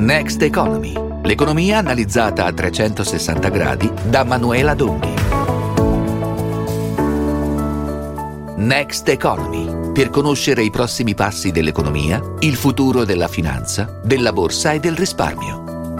Next Economy, l'economia analizzata a 360 gradi da Manuela Donghi. Next Economy, per conoscere i prossimi passi dell'economia, il futuro della finanza, della borsa e del risparmio.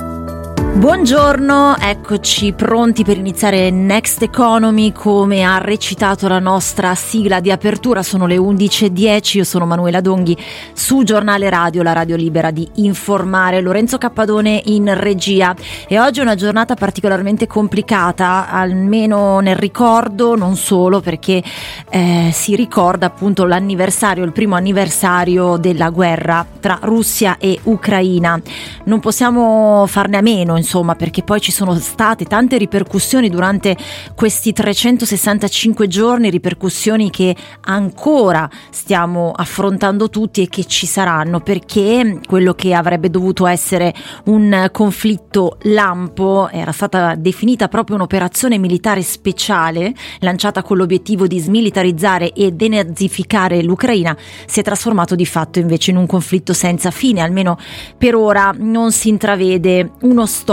Buongiorno, eccoci pronti per iniziare Next Economy come ha recitato la nostra sigla di apertura. Sono le 11.10, io sono Manuela Donghi su Giornale Radio, la radio libera di informare, Lorenzo Cappadone in regia, e oggi è una giornata particolarmente complicata, almeno nel ricordo, non solo perché si ricorda appunto l'anniversario, il primo anniversario della guerra tra Russia e Ucraina. Non possiamo farne a meno, insomma, perché poi ci sono state tante ripercussioni durante questi 365 giorni, ripercussioni che ancora stiamo affrontando tutti e che ci saranno, perché quello che avrebbe dovuto essere un conflitto lampo era stata definita proprio un'operazione militare speciale lanciata con l'obiettivo di smilitarizzare e denazificare l'Ucraina, si è trasformato di fatto invece in un conflitto senza fine. Almeno per ora non si intravede uno stop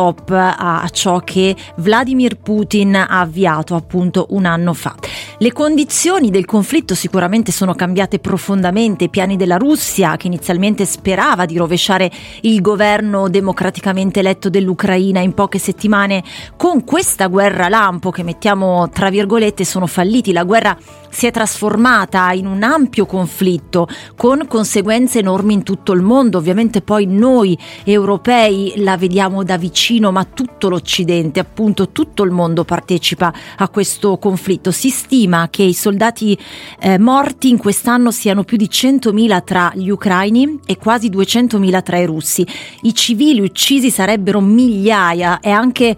a ciò che Vladimir Putin ha avviato appunto un anno fa. Le condizioni del conflitto sicuramente sono cambiate profondamente. I piani della Russia, che inizialmente sperava di rovesciare il governo democraticamente eletto dell'Ucraina in poche settimane, con questa guerra lampo che mettiamo tra virgolette, sono falliti. La guerra si è trasformata in un ampio conflitto con conseguenze enormi in tutto il mondo. Ovviamente poi noi europei la vediamo da vicino, ma tutto l'Occidente, appunto tutto il mondo partecipa a questo conflitto. Si stima che i soldati morti in quest'anno siano più di 100.000 tra gli ucraini e quasi 200.000 tra i russi. I civili uccisi sarebbero migliaia, è anche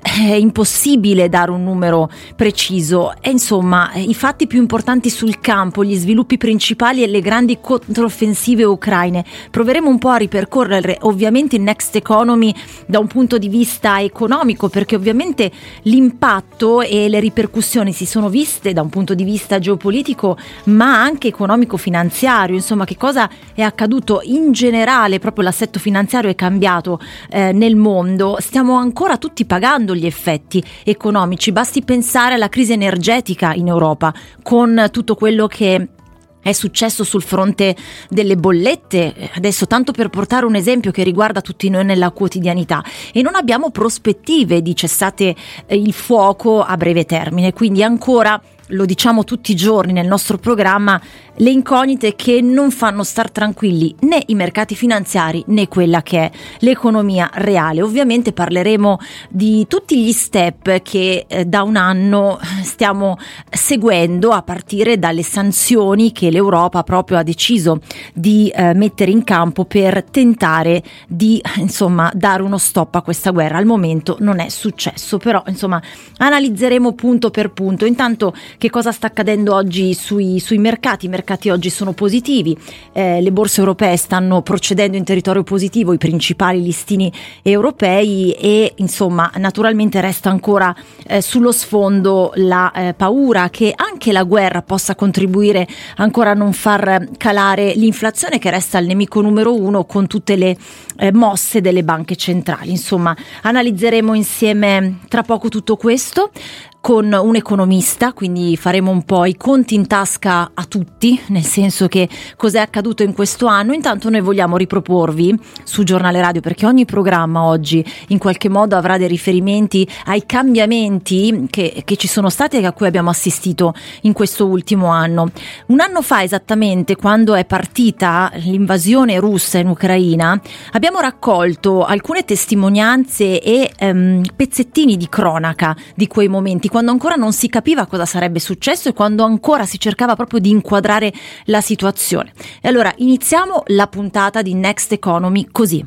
impossibile dare un numero preciso. E insomma, i fatti più importanti sul campo, gli sviluppi principali e le grandi controffensive ucraine. Proveremo un po' a ripercorrere ovviamente in Next Economy da un punto di vista economico, perché ovviamente l'impatto e le ripercussioni si sono viste da un punto di vista geopolitico, ma anche economico-finanziario. Insomma, che cosa è accaduto in generale, proprio l'assetto finanziario è cambiato nel mondo. Stiamo ancora tutti pagando gli effetti economici, basti pensare alla crisi energetica in Europa, con tutto quello che è successo sul fronte delle bollette, adesso tanto per portare un esempio che riguarda tutti noi nella quotidianità, e non abbiamo prospettive di cessate il fuoco a breve termine, quindi ancora, lo diciamo tutti i giorni nel nostro programma, le incognite che non fanno star tranquilli né i mercati finanziari né quella che è l'economia reale. Ovviamente parleremo di tutti gli step che da un anno stiamo seguendo, a partire dalle sanzioni che l'Europa proprio ha deciso di mettere in campo per tentare di dare uno stop a questa guerra. Al momento non è successo, però analizzeremo punto per punto. Intanto, che cosa sta accadendo oggi sui mercati? I mercati oggi sono positivi, le borse europee stanno procedendo in territorio positivo, i principali listini europei, e naturalmente resta ancora sullo sfondo la paura che anche la guerra possa contribuire ancora a non far calare l'inflazione, che resta il nemico numero uno, con tutte le mosse delle banche centrali. Analizzeremo insieme tra poco tutto questo con un economista, quindi faremo un po' i conti in tasca a tutti, nel senso che cos'è accaduto in questo anno. Intanto noi vogliamo riproporvi su Giornale Radio, perché ogni programma oggi in qualche modo avrà dei riferimenti ai cambiamenti che ci sono stati e a cui abbiamo assistito in questo ultimo anno. Un anno fa esattamente, quando è partita l'invasione russa in Ucraina, abbiamo raccolto alcune testimonianze e pezzettini di cronaca di quei momenti, quando ancora non si capiva cosa sarebbe successo e quando ancora si cercava proprio di inquadrare la situazione. E allora iniziamo la puntata di Next Economy così.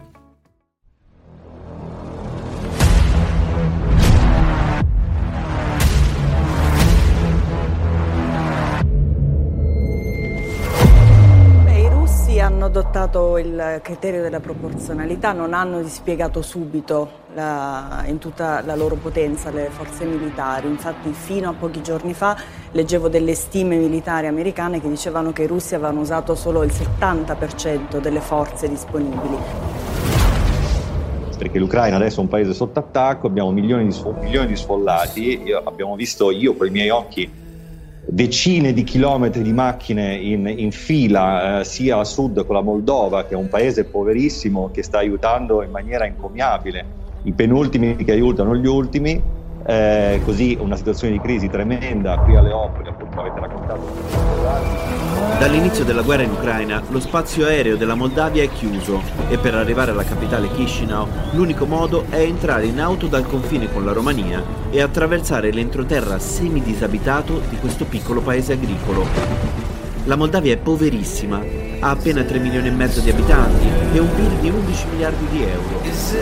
Hanno adottato il criterio della proporzionalità, non hanno dispiegato subito in tutta la loro potenza le forze militari. Infatti fino a pochi giorni fa leggevo delle stime militari americane che dicevano che i russi avevano usato solo il 70% delle forze disponibili. perché l'Ucraina adesso è un paese sotto attacco, abbiamo milioni di sfollati, abbiamo visto io con i miei occhi decine di chilometri di macchine in fila, sia a sud con la Moldova, che è un paese poverissimo che sta aiutando in maniera encomiabile i penultimi che aiutano gli ultimi, così una situazione di crisi tremenda qui alle Opole, appunto avete raccontato. Dall'inizio della guerra in Ucraina lo spazio aereo della Moldavia è chiuso e per arrivare alla capitale Chisinau l'unico modo è entrare in auto dal confine con la Romania e attraversare l'entroterra semidisabitato di questo piccolo paese agricolo. La Moldavia è poverissima, ha appena 3 milioni e mezzo di abitanti e un PIL di 11 miliardi di euro.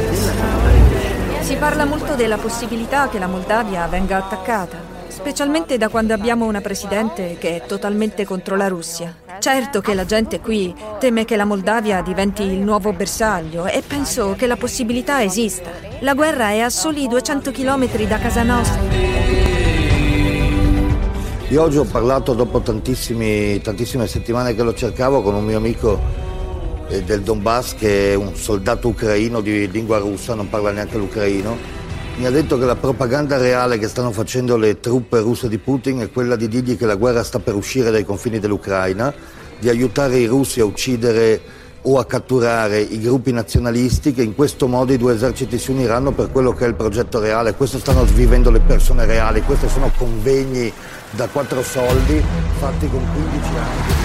Si parla molto della possibilità che la Moldavia venga attaccata, specialmente da quando abbiamo una presidente che è totalmente contro la Russia. Certo che la gente qui teme che la Moldavia diventi il nuovo bersaglio e penso che la possibilità esista. La guerra è a soli 200 chilometri da casa nostra. Io oggi ho parlato dopo tantissime settimane che lo cercavo con un mio amico del Donbass che è un soldato ucraino di lingua russa, non parla neanche l'ucraino. Mi ha detto che la propaganda reale che stanno facendo le truppe russe di Putin è quella di dirgli che la guerra sta per uscire dai confini dell'Ucraina, di aiutare i russi a uccidere o a catturare i gruppi nazionalisti, che in questo modo i due eserciti si uniranno per quello che è il progetto reale. Questo stanno vivendo le persone reali, questi sono convegni da 4 soldi fatti con 15 anni.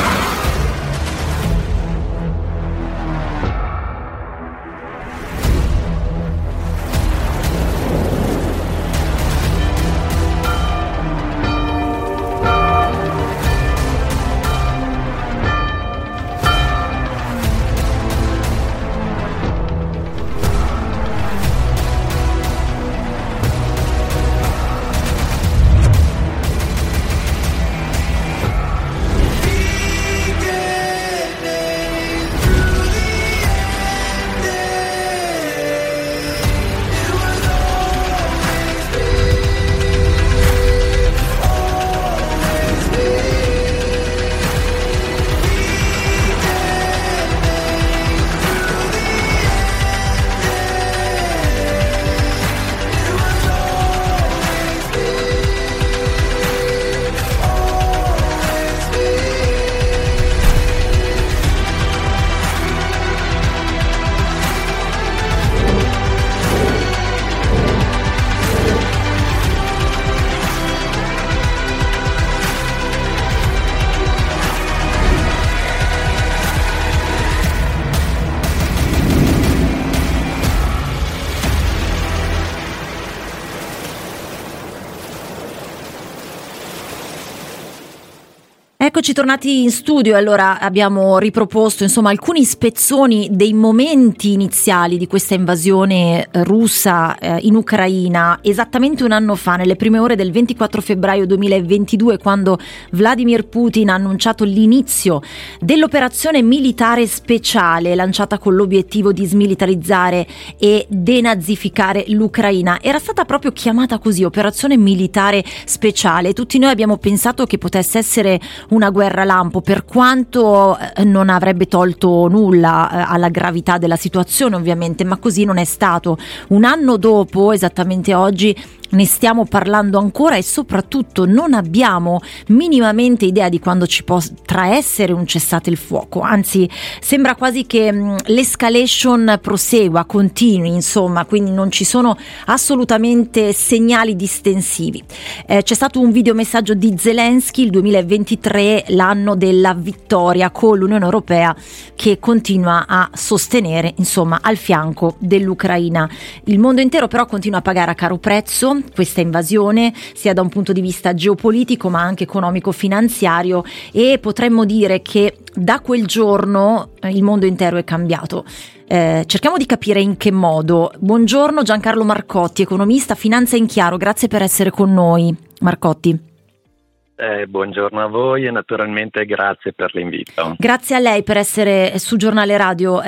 Eccoci tornati in studio. Allora abbiamo riproposto alcuni spezzoni dei momenti iniziali di questa invasione russa in Ucraina esattamente un anno fa, nelle prime ore del 24 febbraio 2022, quando Vladimir Putin ha annunciato l'inizio dell'operazione militare speciale lanciata con l'obiettivo di smilitarizzare e denazificare l'Ucraina. Era stata proprio chiamata così, operazione militare speciale. Tutti noi abbiamo pensato che potesse essere una guerra lampo, per quanto non avrebbe tolto nulla alla gravità della situazione, ovviamente, ma così non è stato. Un anno dopo, esattamente oggi, ne stiamo parlando ancora e soprattutto non abbiamo minimamente idea di quando ci potrà essere un cessate il fuoco, anzi sembra quasi che l'escalation prosegua, continui, insomma, quindi non ci sono assolutamente segnali distensivi. C'è stato un videomessaggio di Zelensky, il 2023, l'anno della vittoria, con l'Unione Europea che continua a sostenere, insomma, al fianco dell'Ucraina. Il mondo intero però continua a pagare a caro prezzo questa invasione, sia da un punto di vista geopolitico ma anche economico-finanziario, e potremmo dire che da quel giorno il mondo intero è cambiato. Cerchiamo di capire in che modo. Buongiorno Giancarlo Marcotti, economista, Finanza in Chiaro, grazie per essere con noi. Marcotti. Buongiorno a voi e naturalmente grazie per l'invito. Grazie a lei per essere su Giornale Radio.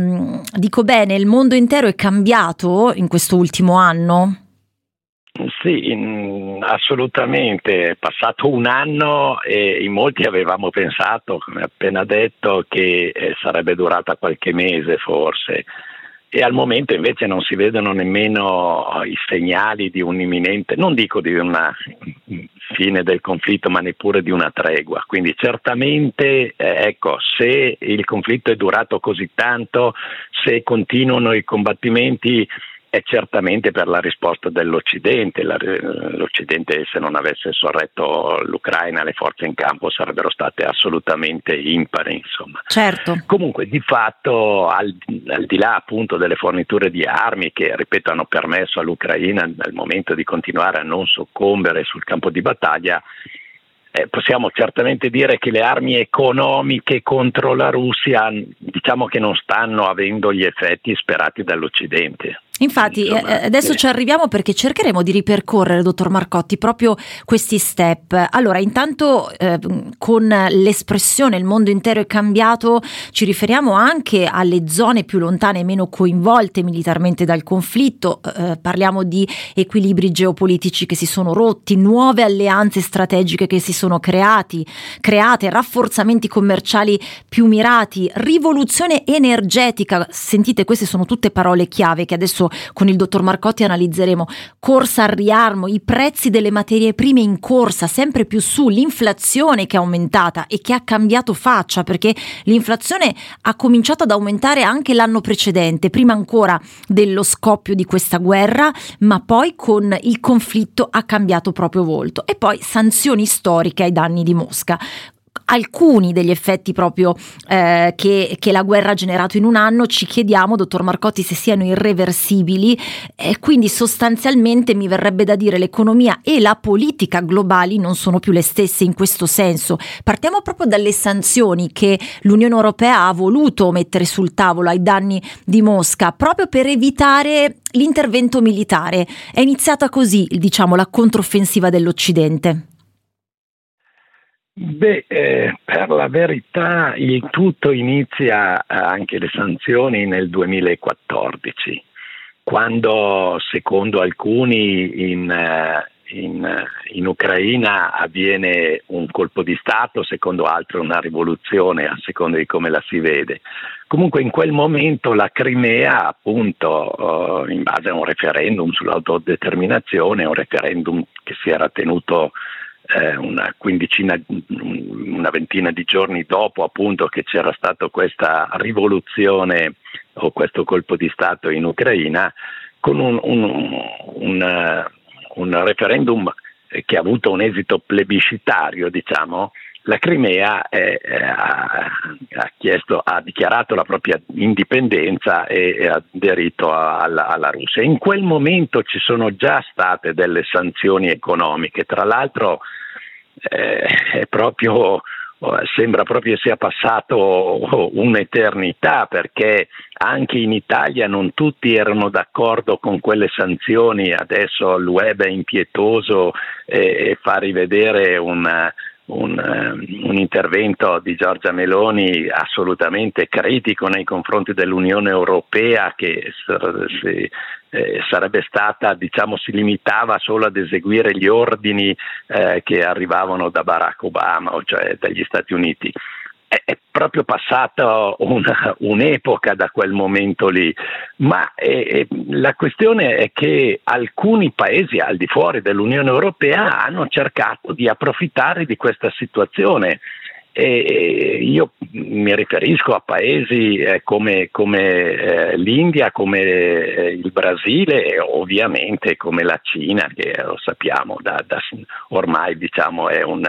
Dico bene, il mondo intero è cambiato in questo ultimo anno? Sì, assolutamente. È passato un anno e in molti avevamo pensato, come appena detto, che sarebbe durata qualche mese forse. e al momento invece non si vedono nemmeno i segnali di un imminente, non dico di una fine del conflitto, ma neppure di una tregua. Quindi certamente, se il conflitto è durato così tanto, se continuano i combattimenti, è certamente per la risposta dell'Occidente. L'Occidente, se non avesse sorretto l'Ucraina, le forze in campo sarebbero state assolutamente impari, insomma. Certo. Comunque, di fatto, al di là appunto delle forniture di armi che, ripeto, hanno permesso all'Ucraina al momento di continuare a non soccombere sul campo di battaglia, possiamo certamente dire che le armi economiche contro la Russia, diciamo che non stanno avendo gli effetti sperati dall'Occidente. Infatti, adesso ci arriviamo, perché cercheremo di ripercorrere, dottor Marcotti, proprio questi step. Allora, intanto con l'espressione "il mondo intero è cambiato" ci riferiamo anche alle zone più lontane e meno coinvolte militarmente dal conflitto. Parliamo di equilibri geopolitici che si sono rotti, nuove alleanze strategiche che si sono create, rafforzamenti commerciali più mirati, rivoluzione energetica. Sentite, queste sono tutte parole chiave che adesso con il dottor Marcotti analizzeremo. Corsa al riarmo, i prezzi delle materie prime in corsa, sempre più su, l'inflazione che è aumentata e che ha cambiato faccia, perché l'inflazione ha cominciato ad aumentare anche l'anno precedente, prima ancora dello scoppio di questa guerra, ma poi con il conflitto ha cambiato proprio volto. E poi sanzioni storiche ai danni di Mosca. Alcuni degli effetti proprio che la guerra ha generato in un anno, ci chiediamo, dottor Marcotti, se siano irreversibili, quindi sostanzialmente mi verrebbe da dire l'economia e la politica globali non sono più le stesse in questo senso. Partiamo proprio dalle sanzioni che l'Unione Europea ha voluto mettere sul tavolo ai danni di Mosca, proprio per evitare l'intervento militare. È iniziata così, diciamo, la controffensiva dell'Occidente. Per la verità il tutto inizia, anche le sanzioni, nel 2014, quando secondo alcuni in Ucraina avviene un colpo di Stato, secondo altri una rivoluzione, a seconda di come la si vede. Comunque in quel momento la Crimea, appunto, in base a un referendum sull'autodeterminazione, un referendum che si era tenuto una ventina di giorni dopo, appunto, che c'era stata questa rivoluzione o questo colpo di Stato in Ucraina, con un referendum che ha avuto un esito plebiscitario, la Crimea ha dichiarato la propria indipendenza e ha aderito alla Russia. In quel momento ci sono già state delle sanzioni economiche, tra l'altro sembra proprio sia passato un'eternità, perché anche in Italia non tutti erano d'accordo con quelle sanzioni. Adesso il web è impietoso e fa rivedere un intervento di Giorgia Meloni assolutamente critico nei confronti dell'Unione Europea, che sarebbe stata, diciamo, si limitava solo ad eseguire gli ordini che arrivavano da Barack Obama, cioè dagli Stati Uniti. È proprio passata un'epoca da quel momento lì, ma la questione è che alcuni paesi al di fuori dell'Unione Europea hanno cercato di approfittare di questa situazione. E io mi riferisco a paesi come l'India, come il Brasile e ovviamente come la Cina, che lo sappiamo ormai, diciamo, è un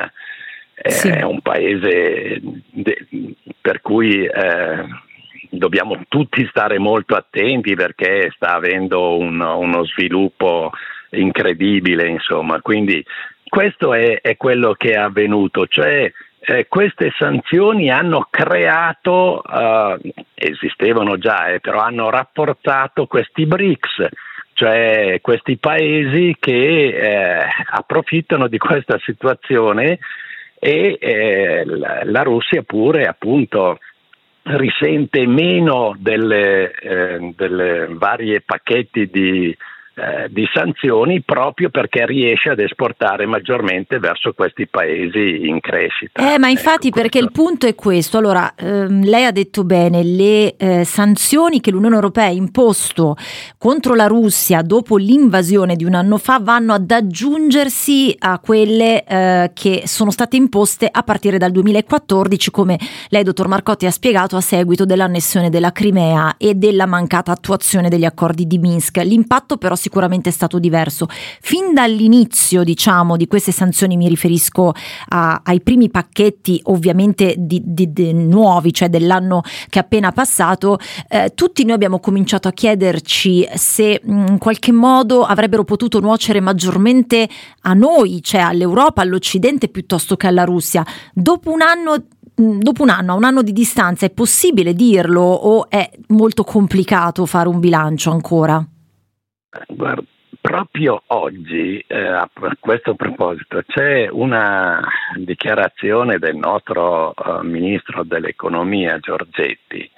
paese per cui dobbiamo tutti stare molto attenti, perché sta avendo uno sviluppo incredibile, insomma. Quindi questo è quello che è avvenuto, cioè queste sanzioni hanno creato, esistevano già, però hanno rapportato questi BRICS, cioè questi paesi che approfittano di questa situazione, e la Russia pure, appunto, risente meno delle varie pacchetti di di sanzioni, proprio perché riesce ad esportare maggiormente verso questi paesi in crescita. Ma infatti, perché il punto è questo. Allora, lei ha detto bene, le sanzioni che l'Unione Europea ha imposto contro la Russia dopo l'invasione di un anno fa vanno ad aggiungersi a quelle che sono state imposte a partire dal 2014, come lei, dottor Marcotti, ha spiegato, a seguito dell'annessione della Crimea e della mancata attuazione degli accordi di Minsk. L'impatto però sicuramente è stato diverso. Fin dall'inizio, diciamo, di queste sanzioni, mi riferisco ai primi pacchetti ovviamente di nuovi, cioè dell'anno che è appena passato, tutti noi abbiamo cominciato a chiederci se in qualche modo avrebbero potuto nuocere maggiormente a noi, cioè all'Europa, all'Occidente, piuttosto che alla Russia. Dopo un anno, a un anno di distanza, è possibile dirlo o è molto complicato fare un bilancio ancora? Guarda, proprio oggi, a questo proposito, c'è una dichiarazione del nostro ministro dell'economia Giorgetti,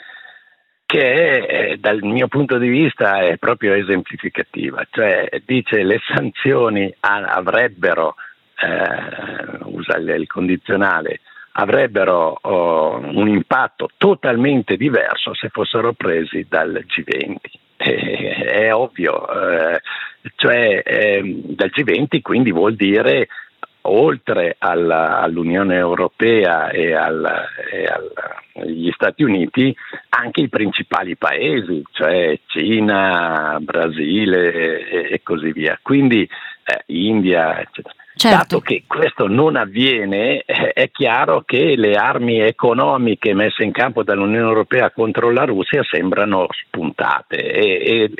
che dal mio punto di vista è proprio esemplificativa. Cioè dice: le sanzioni avrebbero, usa il condizionale, avrebbero un impatto totalmente diverso se fossero presi dal G20. È ovvio, cioè dal G20 quindi vuol dire, oltre all'Unione Europea e agli Stati Uniti, anche i principali paesi, cioè Cina, Brasile e così via, quindi India, eccetera. Certo. Dato che questo non avviene, è chiaro che le armi economiche messe in campo dall'Unione Europea contro la Russia sembrano spuntate.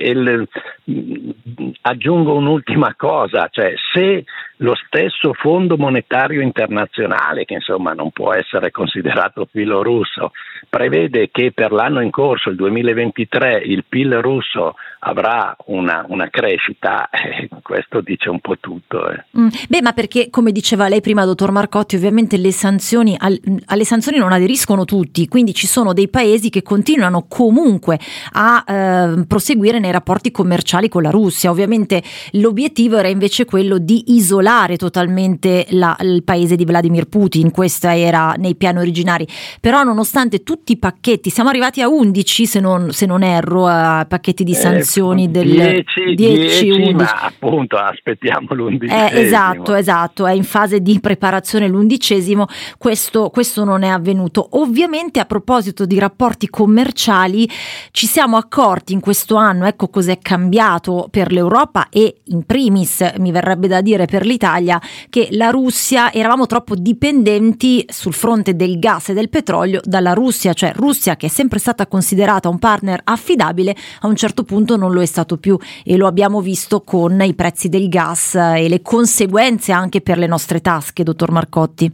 Aggiungo un'ultima cosa, cioè se lo stesso Fondo Monetario Internazionale, che insomma non può essere considerato filo russo, prevede che per l'anno in corso, il 2023, il PIL russo avrà una crescita, questo dice un po' tutto. Beh, ma perché, come diceva lei prima, dottor Marcotti, ovviamente le sanzioni alle sanzioni non aderiscono tutti, quindi ci sono dei paesi che continuano comunque a proseguire nei rapporti commerciali con la Russia. Ovviamente l'obiettivo era invece quello di isolare totalmente il paese di Vladimir Putin, questa era nei piani originari. Però nonostante tutti i pacchetti, siamo arrivati a 11 se non erro, a pacchetti di sanzioni del 10, ma appunto aspettiamo l'11. Esatto, è in fase di preparazione l'11, questo non è avvenuto. Ovviamente, a proposito di rapporti commerciali, ci siamo accorti in questo anno, ecco cos'è cambiato per l'Europa e in primis, mi verrebbe da dire, per l'Italia, che la Russia, eravamo troppo dipendenti sul fronte del gas e del petrolio dalla Russia, cioè Russia, che è sempre stata considerata un partner affidabile, a un certo punto non lo è stato più, e lo abbiamo visto con i prezzi del gas e le conseguenze anche per le nostre tasche, dottor Marcotti.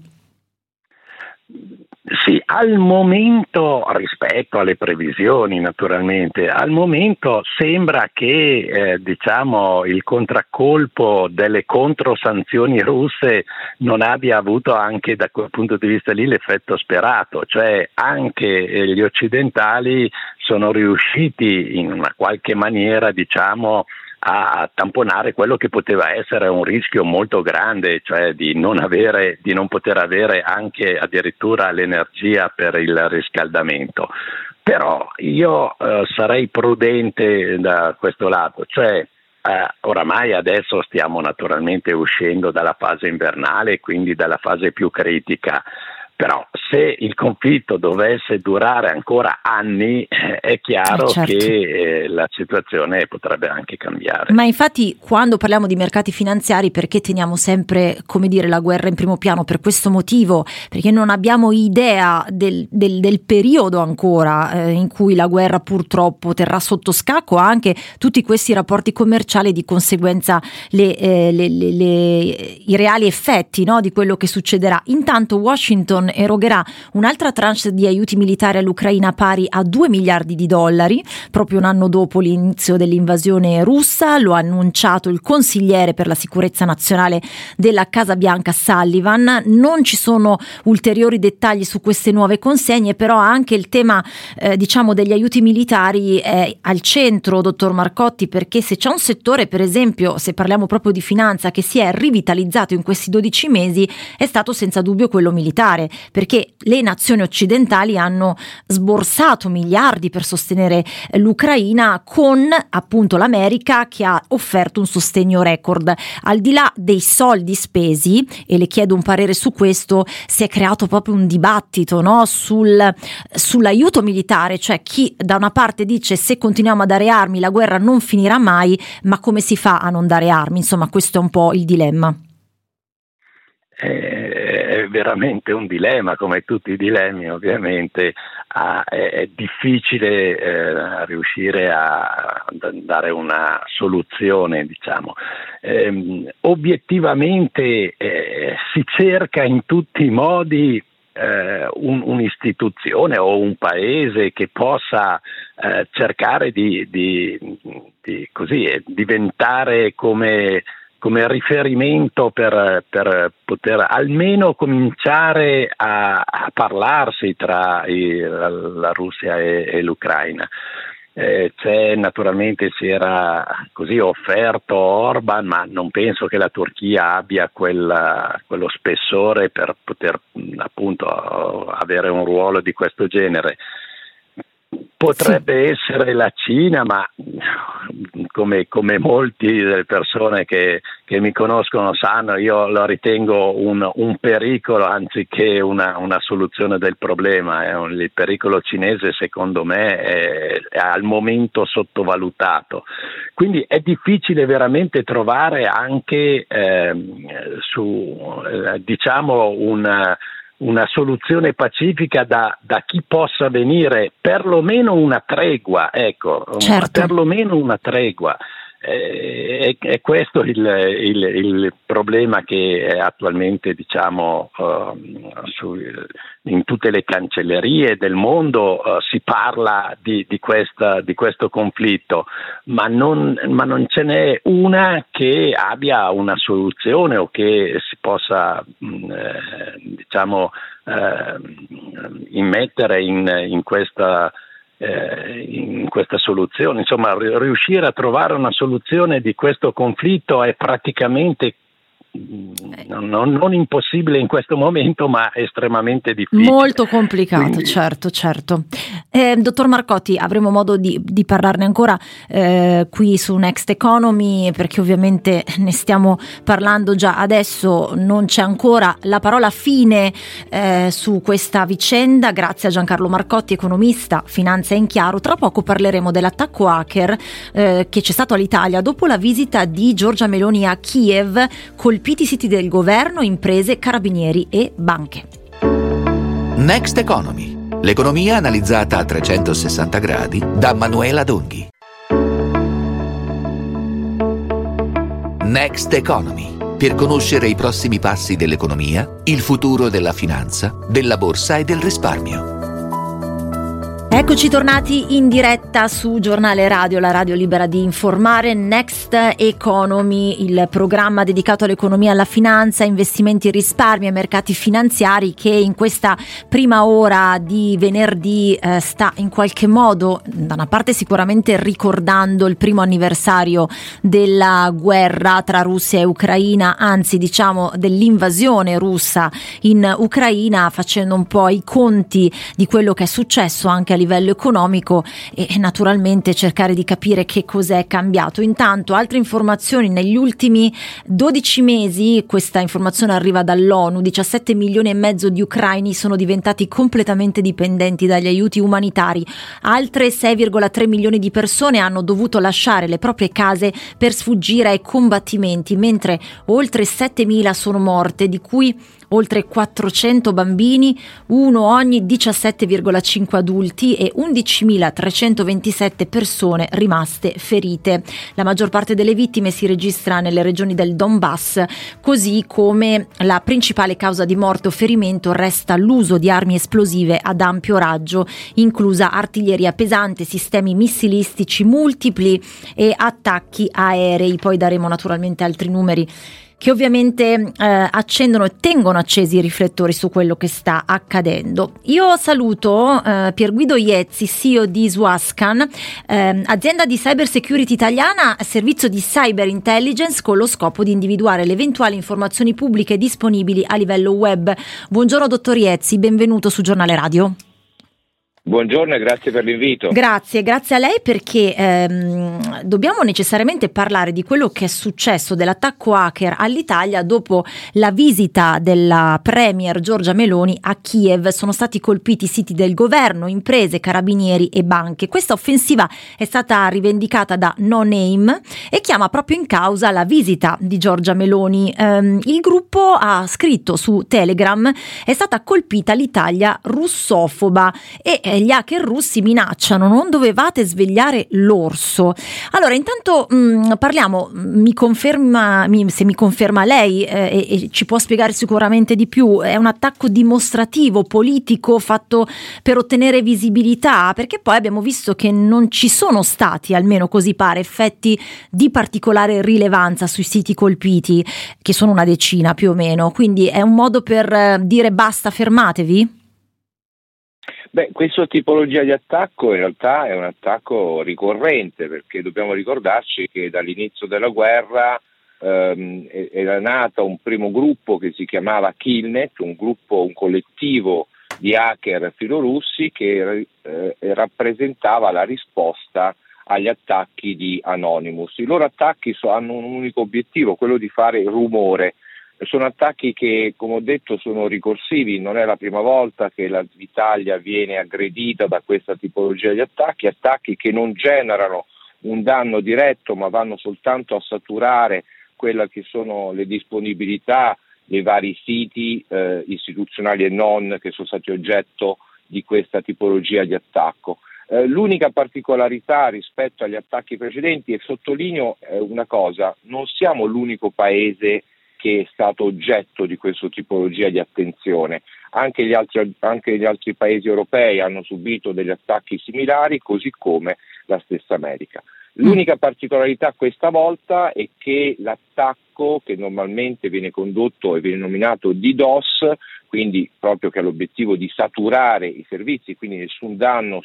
Sì, al momento, rispetto alle previsioni naturalmente, al momento sembra che il contraccolpo delle controsanzioni russe non abbia avuto anche da quel punto di vista lì l'effetto sperato, cioè anche gli occidentali sono riusciti in una qualche maniera, a tamponare quello che poteva essere un rischio molto grande, cioè di non poter avere anche addirittura l'energia per il riscaldamento. Però io sarei prudente da questo lato, cioè oramai adesso stiamo naturalmente uscendo dalla fase invernale, quindi dalla fase più critica. Però se il conflitto dovesse durare ancora anni, è chiaro che la situazione potrebbe anche cambiare. Ma infatti, quando parliamo di mercati finanziari, perché teniamo sempre, la guerra in primo piano? Per questo motivo, perché non abbiamo idea del periodo ancora in cui la guerra purtroppo terrà sotto scacco anche tutti questi rapporti commerciali e di conseguenza i reali effetti, no, di quello che succederà. Intanto Washington Washington erogherà un'altra tranche di aiuti militari all'Ucraina pari a $2 miliardi, proprio un anno dopo l'inizio dell'invasione russa. Lo ha annunciato il consigliere per la sicurezza nazionale della Casa Bianca Sullivan. Non ci sono ulteriori dettagli su queste nuove consegne, però anche il tema degli aiuti militari è al centro, dottor Marcotti, perché se c'è un settore, per esempio, se parliamo proprio di finanza, che si è rivitalizzato in questi 12 mesi, è stato senza dubbio quello militare, perché le nazioni occidentali hanno sborsato miliardi per sostenere l'Ucraina, con appunto l'America che ha offerto un sostegno record. Al di là dei soldi spesi, e le chiedo un parere su questo, si è creato proprio un dibattito, no? Sull'aiuto militare, cioè chi da una parte dice se continuiamo a dare armi la guerra non finirà mai, ma come si fa a non dare armi? Insomma, questo è un po' il dilemma. È veramente un dilemma, come tutti i dilemmi ovviamente. È difficile riuscire a dare una soluzione, diciamo. Obiettivamente si cerca in tutti i modi un'istituzione o un paese che possa cercare di diventare come riferimento per poter almeno cominciare a parlarsi tra la Russia e l'Ucraina. Naturalmente si era così offerto Orban, ma non penso che la Turchia abbia quello spessore per poter appunto avere un ruolo di questo genere. Potrebbe essere la Cina, ma come molti delle persone che mi conoscono sanno, io lo ritengo un pericolo anziché una soluzione del problema. Il pericolo cinese, secondo me, è al momento sottovalutato. Quindi è difficile veramente trovare anche una soluzione pacifica da chi possa venire perlomeno una tregua, certo. Perlomeno una tregua. È questo il problema che attualmente, diciamo, in tutte le cancellerie del mondo si parla di questo conflitto, ma non ce n'è una che abbia una soluzione o che si possa immettere in questa soluzione. Insomma, riuscire a trovare una soluzione di questo conflitto è praticamente non impossibile in questo momento, ma estremamente difficile. Molto complicato. Quindi... certo. Dottor Marcotti, avremo modo di parlarne ancora qui su Next Economy, perché ovviamente ne stiamo parlando già adesso. Non c'è ancora la parola fine su questa vicenda, grazie a Giancarlo Marcotti, economista, Finanza in Chiaro. Tra poco parleremo dell'attacco hacker che c'è stato all'Italia dopo la visita di Giorgia Meloni a Kiev, colpiti siti del governo, imprese, carabinieri e banche. Next Economy, l'economia analizzata a 360 gradi da Manuela Donghi. Next Economy, per conoscere i prossimi passi dell'economia, il futuro della finanza, della borsa e del risparmio. Eccoci tornati in diretta su Giornale Radio, la radio libera di informare. Next Economy, il programma dedicato all'economia, alla finanza, investimenti, risparmi e mercati finanziari, che in questa prima ora di venerdì sta in qualche modo, da una parte sicuramente ricordando il primo anniversario della guerra tra Russia e Ucraina, anzi diciamo dell'invasione russa in Ucraina, facendo un po' i conti di quello che è successo anche a livello economico e naturalmente cercare di capire che cos'è cambiato. Intanto altre informazioni: negli ultimi 12 mesi, questa informazione arriva dall'ONU, 17 milioni e mezzo di ucraini sono diventati completamente dipendenti dagli aiuti umanitari. Altre 6,3 milioni di persone hanno dovuto lasciare le proprie case per sfuggire ai combattimenti, mentre oltre 7.000 sono morte, di cui oltre 400 bambini, uno ogni 17,5 adulti e 11.327 persone rimaste ferite. La maggior parte delle vittime si registra nelle regioni del Donbass, così come la principale causa di morte o ferimento resta l'uso di armi esplosive ad ampio raggio, inclusa artiglieria pesante, sistemi missilistici multipli e attacchi aerei. Poi daremo naturalmente altri numeri che ovviamente accendono e tengono accesi i riflettori su quello che sta accadendo. Io saluto Pierguido Iezzi, CEO di Swascan, azienda di cyber security italiana, servizio di cyber intelligence con lo scopo di individuare le eventuali informazioni pubbliche disponibili a livello web. Buongiorno dottor Iezzi, benvenuto su Giornale Radio. Buongiorno e grazie per l'invito. Grazie a lei, perché dobbiamo necessariamente parlare di quello che è successo, dell'attacco hacker all'Italia dopo la visita della premier Giorgia Meloni a Kiev. Sono stati colpiti siti del governo, imprese, carabinieri e banche. Questa offensiva è stata rivendicata da No Name e chiama proprio in causa la visita di Giorgia Meloni. Il gruppo ha scritto su Telegram: è stata colpita l'Italia russofoba e gli hacker russi minacciano, non dovevate svegliare l'orso. Allora, intanto parliamo, se mi conferma lei e ci può spiegare sicuramente di più, è un attacco dimostrativo, politico, fatto per ottenere visibilità, perché poi abbiamo visto che non ci sono stati, almeno così pare, effetti di particolare rilevanza sui siti colpiti, che sono una decina più o meno, quindi è un modo per dire basta, fermatevi? Beh, questa tipologia di attacco in realtà è un attacco ricorrente, perché dobbiamo ricordarci che dall'inizio della guerra era nato un primo gruppo che si chiamava Killnet, un collettivo di hacker filorussi che rappresentava la risposta agli attacchi di Anonymous. I loro attacchi hanno un unico obiettivo, quello di fare rumore. Sono attacchi che, come ho detto, sono ricorsivi. Non è la prima volta che l'Italia viene aggredita da questa tipologia di attacchi che non generano un danno diretto, ma vanno soltanto a saturare quelle che sono le disponibilità dei vari siti istituzionali e non, che sono stati oggetto di questa tipologia di attacco. L'unica particolarità rispetto agli attacchi precedenti, e sottolineo una cosa: non siamo l'unico paese che è stato oggetto di questa tipologia di attenzione. Anche gli altri paesi europei hanno subito degli attacchi similari, così come la stessa America. L'unica particolarità questa volta è che l'attacco, che normalmente viene condotto e viene nominato DDoS, quindi proprio che ha l'obiettivo di saturare i servizi, quindi nessun danno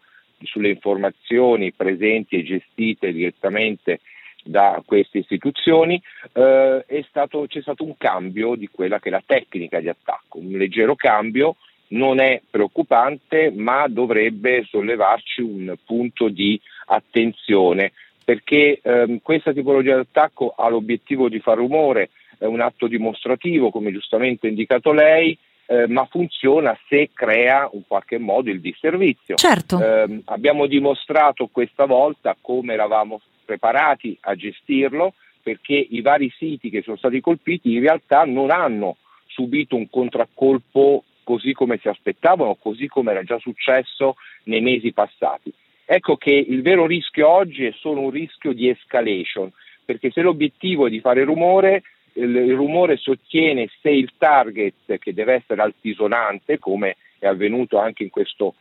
sulle informazioni presenti e gestite direttamente da queste istituzioni, c'è stato un cambio di quella che è la tecnica di attacco, un leggero cambio. Non è preoccupante, ma dovrebbe sollevarci un punto di attenzione, perché questa tipologia di attacco ha l'obiettivo di far rumore, è un atto dimostrativo, come giustamente ha indicato lei, ma funziona se crea in qualche modo il disservizio. Certo. Abbiamo dimostrato questa volta come eravamo preparati a gestirlo, perché i vari siti che sono stati colpiti in realtà non hanno subito un contraccolpo così come si aspettavano, così come era già successo nei mesi passati. Ecco che il vero rischio oggi è solo un rischio di escalation, perché se l'obiettivo è di fare rumore, il rumore si ottiene se il target, che deve essere altisonante, come è avvenuto anche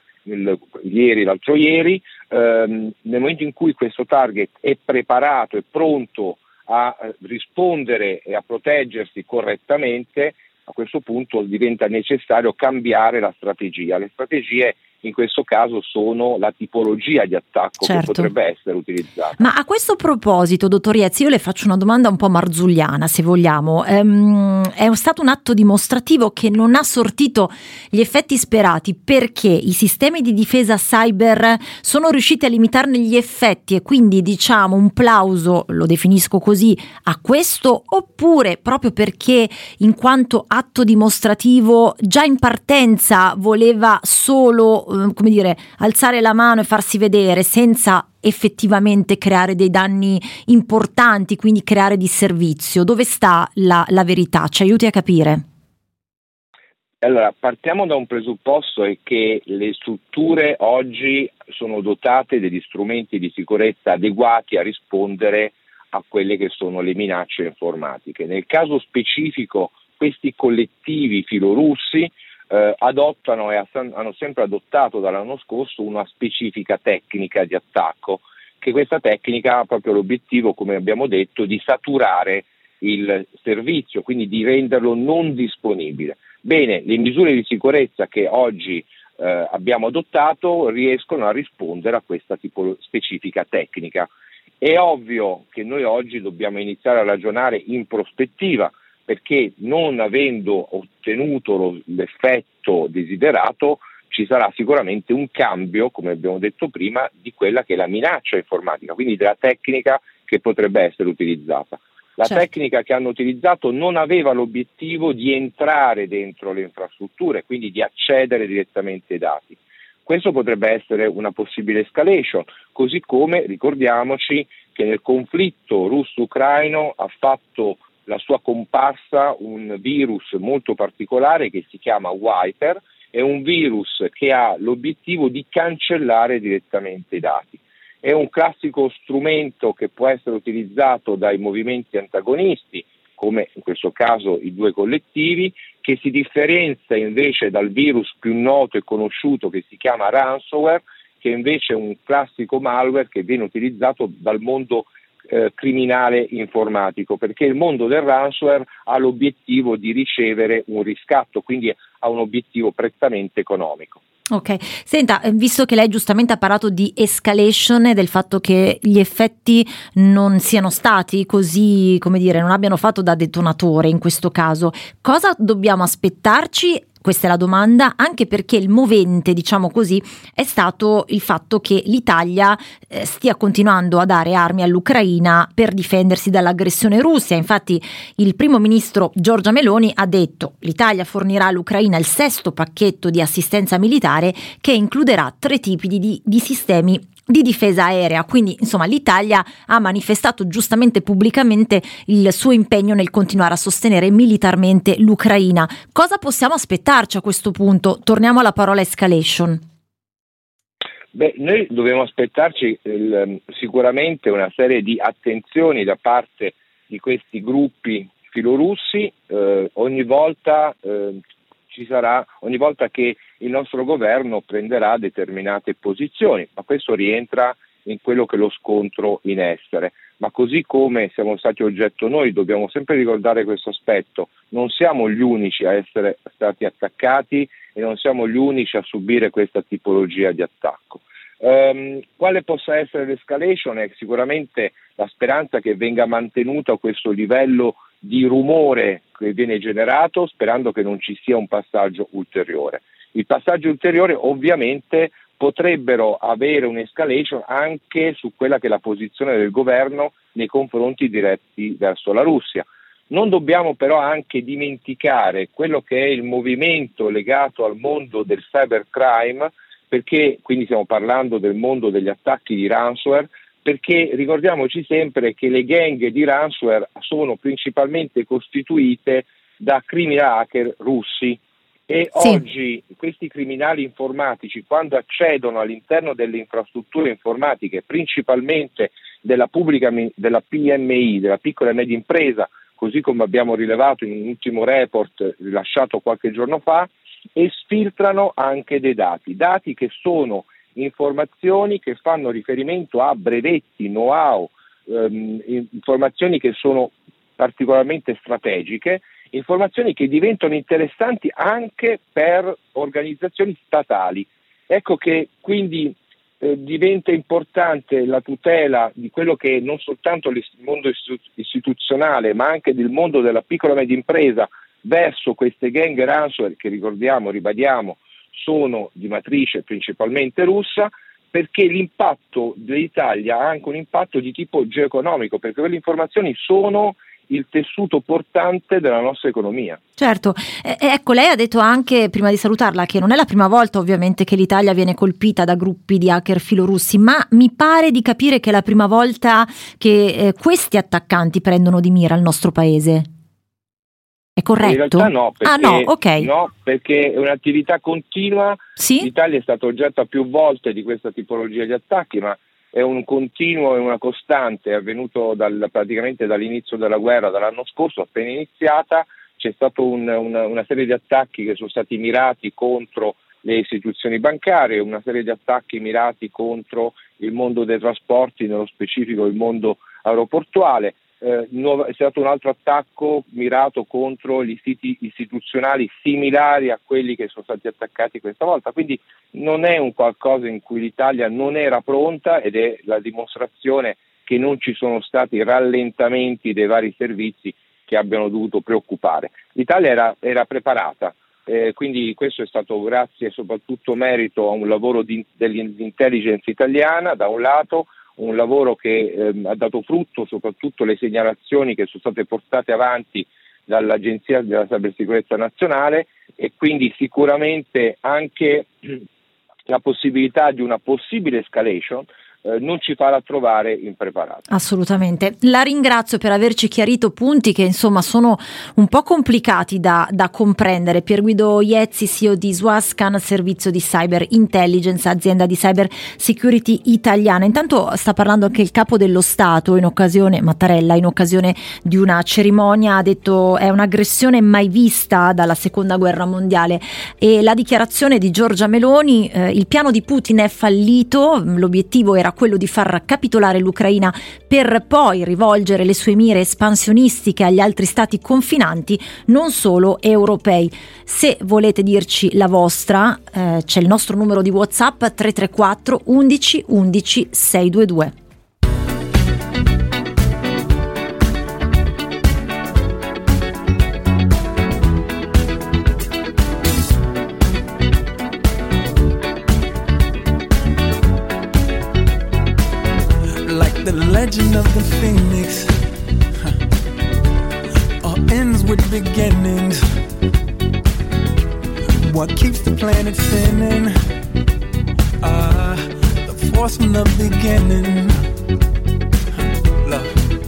l'altro ieri, nel momento in cui questo target è preparato e pronto a rispondere e a proteggersi correttamente, a questo punto diventa necessario cambiare la strategia. Le strategie in questo caso sono la tipologia di attacco, certo, che potrebbe essere utilizzata. Ma a questo proposito, dottor Iezzi, io le faccio una domanda un po' marzulliana, se vogliamo. È stato un atto dimostrativo che non ha sortito gli effetti sperati, perché i sistemi di difesa cyber sono riusciti a limitarne gli effetti, e quindi diciamo un plauso, lo definisco così, a questo, oppure proprio perché in quanto atto dimostrativo già in partenza voleva solo alzare la mano e farsi vedere senza effettivamente creare dei danni importanti, quindi creare disservizio? Dove sta la verità? Ci aiuti a capire? Allora, partiamo da un presupposto, è che le strutture oggi sono dotate degli strumenti di sicurezza adeguati a rispondere a quelle che sono le minacce informatiche. Nel caso specifico, questi collettivi filorussi adottano e hanno sempre adottato dall'anno scorso una specifica tecnica di attacco, che questa tecnica ha proprio l'obiettivo, come abbiamo detto, di saturare il servizio, quindi di renderlo non disponibile. Bene, le misure di sicurezza che oggi abbiamo adottato riescono a rispondere a questa specifica tecnica. È ovvio che noi oggi dobbiamo iniziare a ragionare in prospettiva, perché non avendo ottenuto l'effetto desiderato ci sarà sicuramente un cambio, come abbiamo detto prima, di quella che è la minaccia informatica, quindi della tecnica che potrebbe essere utilizzata. La tecnica che hanno utilizzato non aveva l'obiettivo di entrare dentro le infrastrutture, quindi di accedere direttamente ai dati. Questo potrebbe essere una possibile escalation, così come ricordiamoci che nel conflitto russo-ucraino ha fatto la sua comparsa un virus molto particolare che si chiama Wiper, è un virus che ha l'obiettivo di cancellare direttamente i dati. È un classico strumento che può essere utilizzato dai movimenti antagonisti, come in questo caso i due collettivi, che si differenzia invece dal virus più noto e conosciuto che si chiama ransomware, che invece è un classico malware che viene utilizzato dal mondo criminale informatico, perché il mondo del ransomware ha l'obiettivo di ricevere un riscatto, quindi ha un obiettivo prettamente economico. Ok, senta, visto che lei giustamente ha parlato di escalation e del fatto che gli effetti non siano stati così, come dire, non abbiano fatto da detonatore in questo caso, cosa dobbiamo aspettarci? Questa è la domanda, anche perché il movente, diciamo così, è stato il fatto che l'Italia stia continuando a dare armi all'Ucraina per difendersi dall'aggressione russa. Infatti il primo ministro Giorgia Meloni ha detto: l'Italia fornirà all'Ucraina il 6° pacchetto di assistenza militare che includerà 3 tipi di sistemi di difesa aerea. Quindi insomma l'Italia ha manifestato giustamente pubblicamente il suo impegno nel continuare a sostenere militarmente l'Ucraina. Cosa possiamo aspettarci a questo punto? Torniamo alla parola escalation. Beh, noi dobbiamo aspettarci sicuramente una serie di attenzioni da parte di questi gruppi filorussi ogni volta che il nostro governo prenderà determinate posizioni, ma questo rientra in quello che è lo scontro in essere. Ma così come siamo stati oggetto noi, dobbiamo sempre ricordare questo aspetto: non siamo gli unici a essere stati attaccati e non siamo gli unici a subire questa tipologia di attacco. Quale possa essere l'escalation? È sicuramente la speranza che venga mantenuto questo livello di rumore che viene generato, sperando che non ci sia un passaggio ulteriore. Il passaggio ulteriore ovviamente potrebbero avere un'escalation anche su quella che è la posizione del governo nei confronti diretti verso la Russia. Non dobbiamo però anche dimenticare quello che è il movimento legato al mondo del cybercrime, perché quindi stiamo parlando del mondo degli attacchi di ransomware, perché ricordiamoci sempre che le gang di ransomware sono principalmente costituite da criminali hacker russi e sì. Oggi questi criminali informatici, quando accedono all'interno delle infrastrutture informatiche, principalmente della PMI, della piccola e media impresa, così come abbiamo rilevato in un ultimo report rilasciato qualche giorno fa, esfiltrano anche dei dati che sono informazioni che fanno riferimento a brevetti, know-how, informazioni che sono particolarmente strategiche, informazioni che diventano interessanti anche per organizzazioni statali. Ecco che quindi diventa importante la tutela di quello che è non soltanto il mondo istituzionale, ma anche del mondo della piccola e media impresa verso queste gang ransomware che, ribadiamo, sono di matrice principalmente russa, perché l'impatto dell'Italia ha anche un impatto di tipo geoeconomico, perché quelle informazioni sono il tessuto portante della nostra economia. Certo, ecco, lei ha detto anche, prima di salutarla, che non è la prima volta ovviamente che l'Italia viene colpita da gruppi di hacker filorussi, ma mi pare di capire che è la prima volta che questi attaccanti prendono di mira il nostro paese. È corretto? In realtà no, perché, no, perché è un'attività continua. Sì? L'Italia è stata oggetto più volte di questa tipologia di attacchi, ma è un continuo e una costante, è avvenuto praticamente dall'inizio della guerra, dall'anno scorso, appena iniziata. C'è stata una serie di attacchi che sono stati mirati contro le istituzioni bancarie, una serie di attacchi mirati contro il mondo dei trasporti, nello specifico il mondo aeroportuale. È stato un altro attacco mirato contro gli siti istituzionali similari a quelli che sono stati attaccati questa volta, quindi non è un qualcosa in cui l'Italia non era pronta, ed è la dimostrazione che non ci sono stati rallentamenti dei vari servizi che abbiano dovuto preoccupare. L'Italia era preparata, quindi questo è stato grazie soprattutto merito a un lavoro dell'intelligence italiana da un lato, un lavoro che ha dato frutto, soprattutto le segnalazioni che sono state portate avanti dall'Agenzia della Cybersicurezza Nazionale, e quindi sicuramente anche la possibilità di una possibile escalation non ci farà trovare impreparati. Assolutamente. La ringrazio per averci chiarito punti che insomma sono un po' complicati da comprendere. Pierguido Iezzi, CEO di Swascan, servizio di cyber intelligence, azienda di cyber security italiana. Intanto sta parlando anche il capo dello Stato Mattarella, in occasione di una cerimonia, ha detto è un'aggressione mai vista dalla seconda guerra mondiale, e la dichiarazione di Giorgia Meloni, il piano di Putin è fallito, l'obiettivo era quello di far capitolare l'Ucraina per poi rivolgere le sue mire espansionistiche agli altri stati confinanti, non solo europei. Se volete dirci la vostra, c'è il nostro numero di WhatsApp 334 11 11 622. The legend of the phoenix all ends with beginnings. What keeps the planet spinning? The force from the beginning. Love.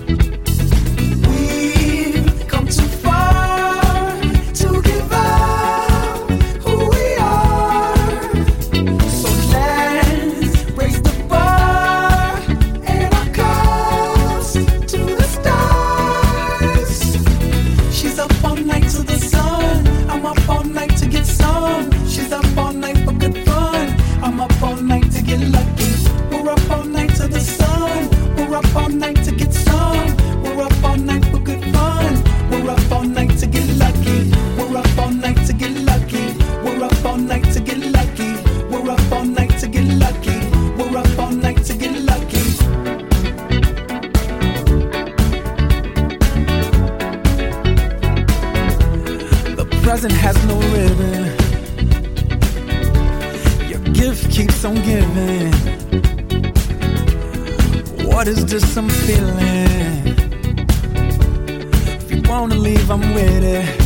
We've come too far to give up who we are. So let's raise the bar and our cups to the stars. She's up all night to the sun. I'm up all night to get some. She's up all night for good fun. I'm up all night to get lucky. We're up all night to the sun. We're up all night to get some. We're up all night for good fun. We're up all night to get lucky. We're up all night to get lucky. We're up all night to get lucky. We're up all night to get lucky. We're up all night to get lucky. The present has no ribbon. Your gift keeps on giving. What is this I'm feeling? If you wanna leave, I'm with it.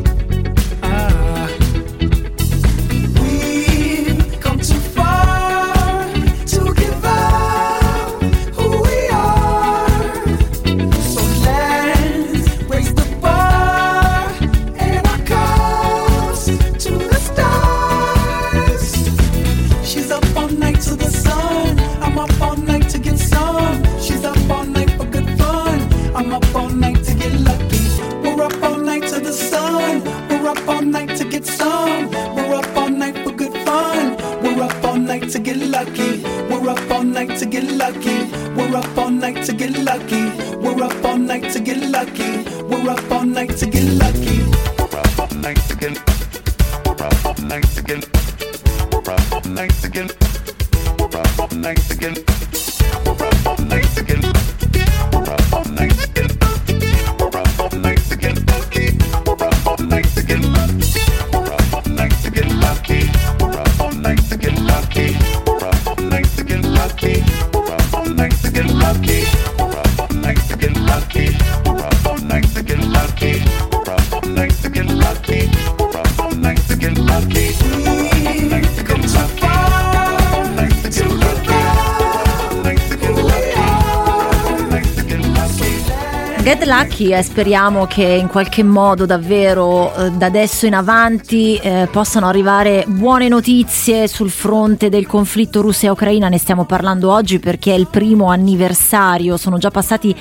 We've come too far to give up who we are. So let's raise the bar and our cups to the stars. She's up all night to the sun. I'm up all night to get some. She's up all night for good fun. I'm up all night to get lucky. We're up all night to the sun. We're up all night to get some. We're up all night for good fun. We're up all night to get lucky. We're up all night to get lucky. We're up all night to get lucky. We're up all night to get lucky. We're up all night to get lucky. We're up all night to get. We're up all night to get. We're up all night to get. We're up all night to get. We're up all night to get. We're up all night to get. We're up all night to get lucky. We're up all night to get lucky. We're up all night to get lucky. We're up all night to get lucky. We're up all night to get lucky. We're up all night to get lucky. We're up all night to get lucky. We're up all night to get lucky. We're up all night to get lucky. We're up all night to get lucky. We've come too far to give up who we are. Get lucky, speriamo che in qualche modo davvero da adesso in avanti possano arrivare buone notizie sul fronte del conflitto Russia e Ucraina. Ne stiamo parlando oggi perché è il primo anniversario, sono già passati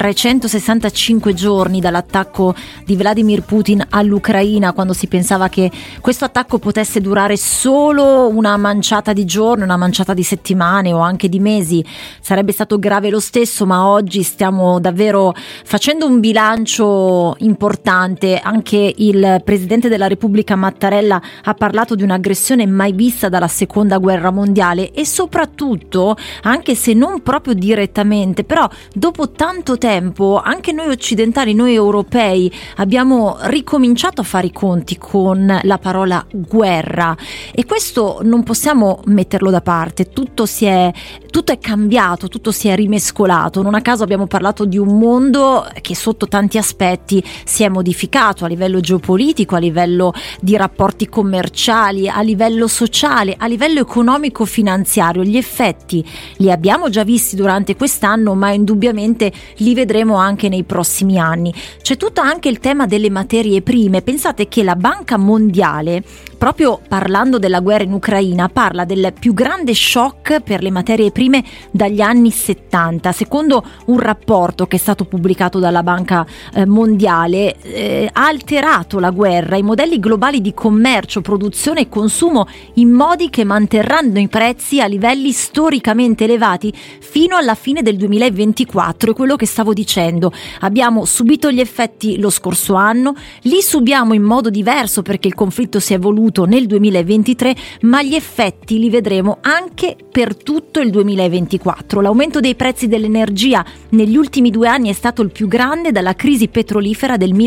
365 giorni dall'attacco di Vladimir Putin all'Ucraina, quando si pensava che questo attacco potesse durare solo una manciata di giorni, una manciata di settimane o anche di mesi. Sarebbe stato grave lo stesso, ma oggi stiamo davvero facendo un bilancio importante. Anche il presidente della Repubblica Mattarella ha parlato di un'aggressione mai vista dalla seconda guerra mondiale e soprattutto, anche se non proprio direttamente, però dopo tanto tempo anche noi occidentali, noi europei abbiamo ricominciato a fare i conti con la parola guerra, e questo non possiamo metterlo da parte. Tutto è cambiato, tutto si è rimescolato. Non a caso abbiamo parlato di un mondo che sotto tanti aspetti si è modificato a livello geopolitico, a livello di rapporti commerciali, a livello sociale, a livello economico-finanziario. Gli effetti li abbiamo già visti durante quest'anno, ma indubbiamente li vedremo anche nei prossimi anni. C'è tutto anche il tema delle materie prime. Pensate che la Banca Mondiale, proprio parlando della guerra in Ucraina, parla del più grande shock per le materie prime dagli anni 70. Secondo un rapporto che è stato pubblicato dalla Banca Mondiale, ha alterato la guerra i modelli globali di commercio, produzione e consumo in modi che manterranno i prezzi a livelli storicamente elevati fino alla fine del 2024. È quello che stavo dicendo. Abbiamo subito gli effetti lo scorso anno, li subiamo in modo diverso perché il conflitto si è evoluto nel 2023, ma gli effetti li vedremo anche per tutto il 2024. L'aumento dei prezzi dell'energia negli ultimi 2 anni è stato il più grande dalla crisi petrolifera del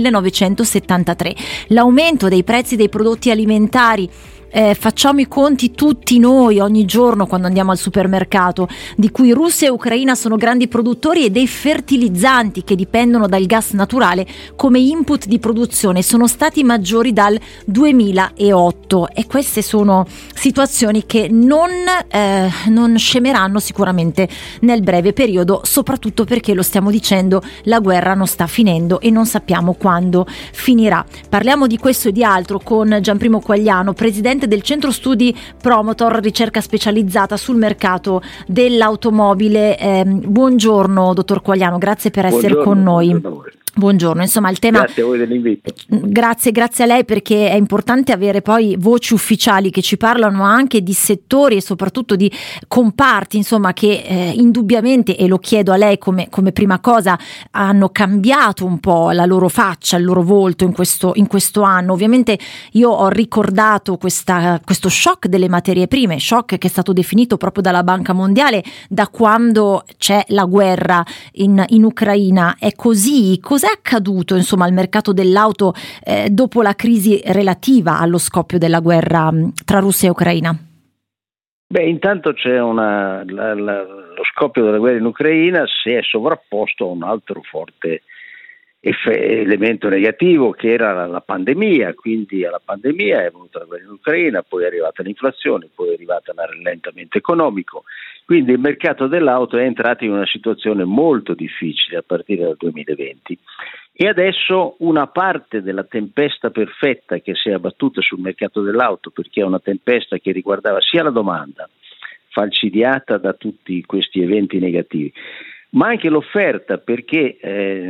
1973. L'aumento dei prezzi dei prodotti alimentari, facciamo i conti tutti noi ogni giorno quando andiamo al supermercato, di cui Russia e Ucraina sono grandi produttori, e dei fertilizzanti che dipendono dal gas naturale come input di produzione sono stati maggiori dal 2008, e queste sono situazioni che non scemeranno sicuramente nel breve periodo, soprattutto perché, lo stiamo dicendo, la guerra non sta finendo e non sappiamo quando finirà. Parliamo di questo e di altro con Gianprimo Quagliano, presidente del centro studi Promotor, ricerca specializzata sul mercato dell'automobile. Buongiorno dottor Quagliano, grazie per essere con noi. Buongiorno, insomma il tema. Grazie a voi dell'invito. Grazie a lei, perché è importante avere poi voci ufficiali che ci parlano anche di settori e soprattutto di comparti, insomma, che indubbiamente, e lo chiedo a lei come prima cosa, hanno cambiato un po' la loro faccia, il loro volto in questo anno. Ovviamente io ho ricordato questo shock delle materie prime, shock che è stato definito proprio dalla Banca Mondiale da quando c'è la guerra in Ucraina. È così? Cos'è accaduto insomma al mercato dell'auto dopo la crisi relativa allo scoppio della guerra tra Russia e Ucraina? Beh, intanto c'è lo scoppio della guerra in Ucraina si è sovrapposto a un altro forte elemento negativo, che era la pandemia. Quindi alla pandemia è venuta la guerra in Ucraina, poi è arrivata l'inflazione, poi è arrivata il rallentamento economico. Quindi il mercato dell'auto è entrato in una situazione molto difficile a partire dal 2020, e adesso una parte della tempesta perfetta che si è abbattuta sul mercato dell'auto, perché è una tempesta che riguardava sia la domanda, falcidiata da tutti questi eventi negativi, ma anche l'offerta, perché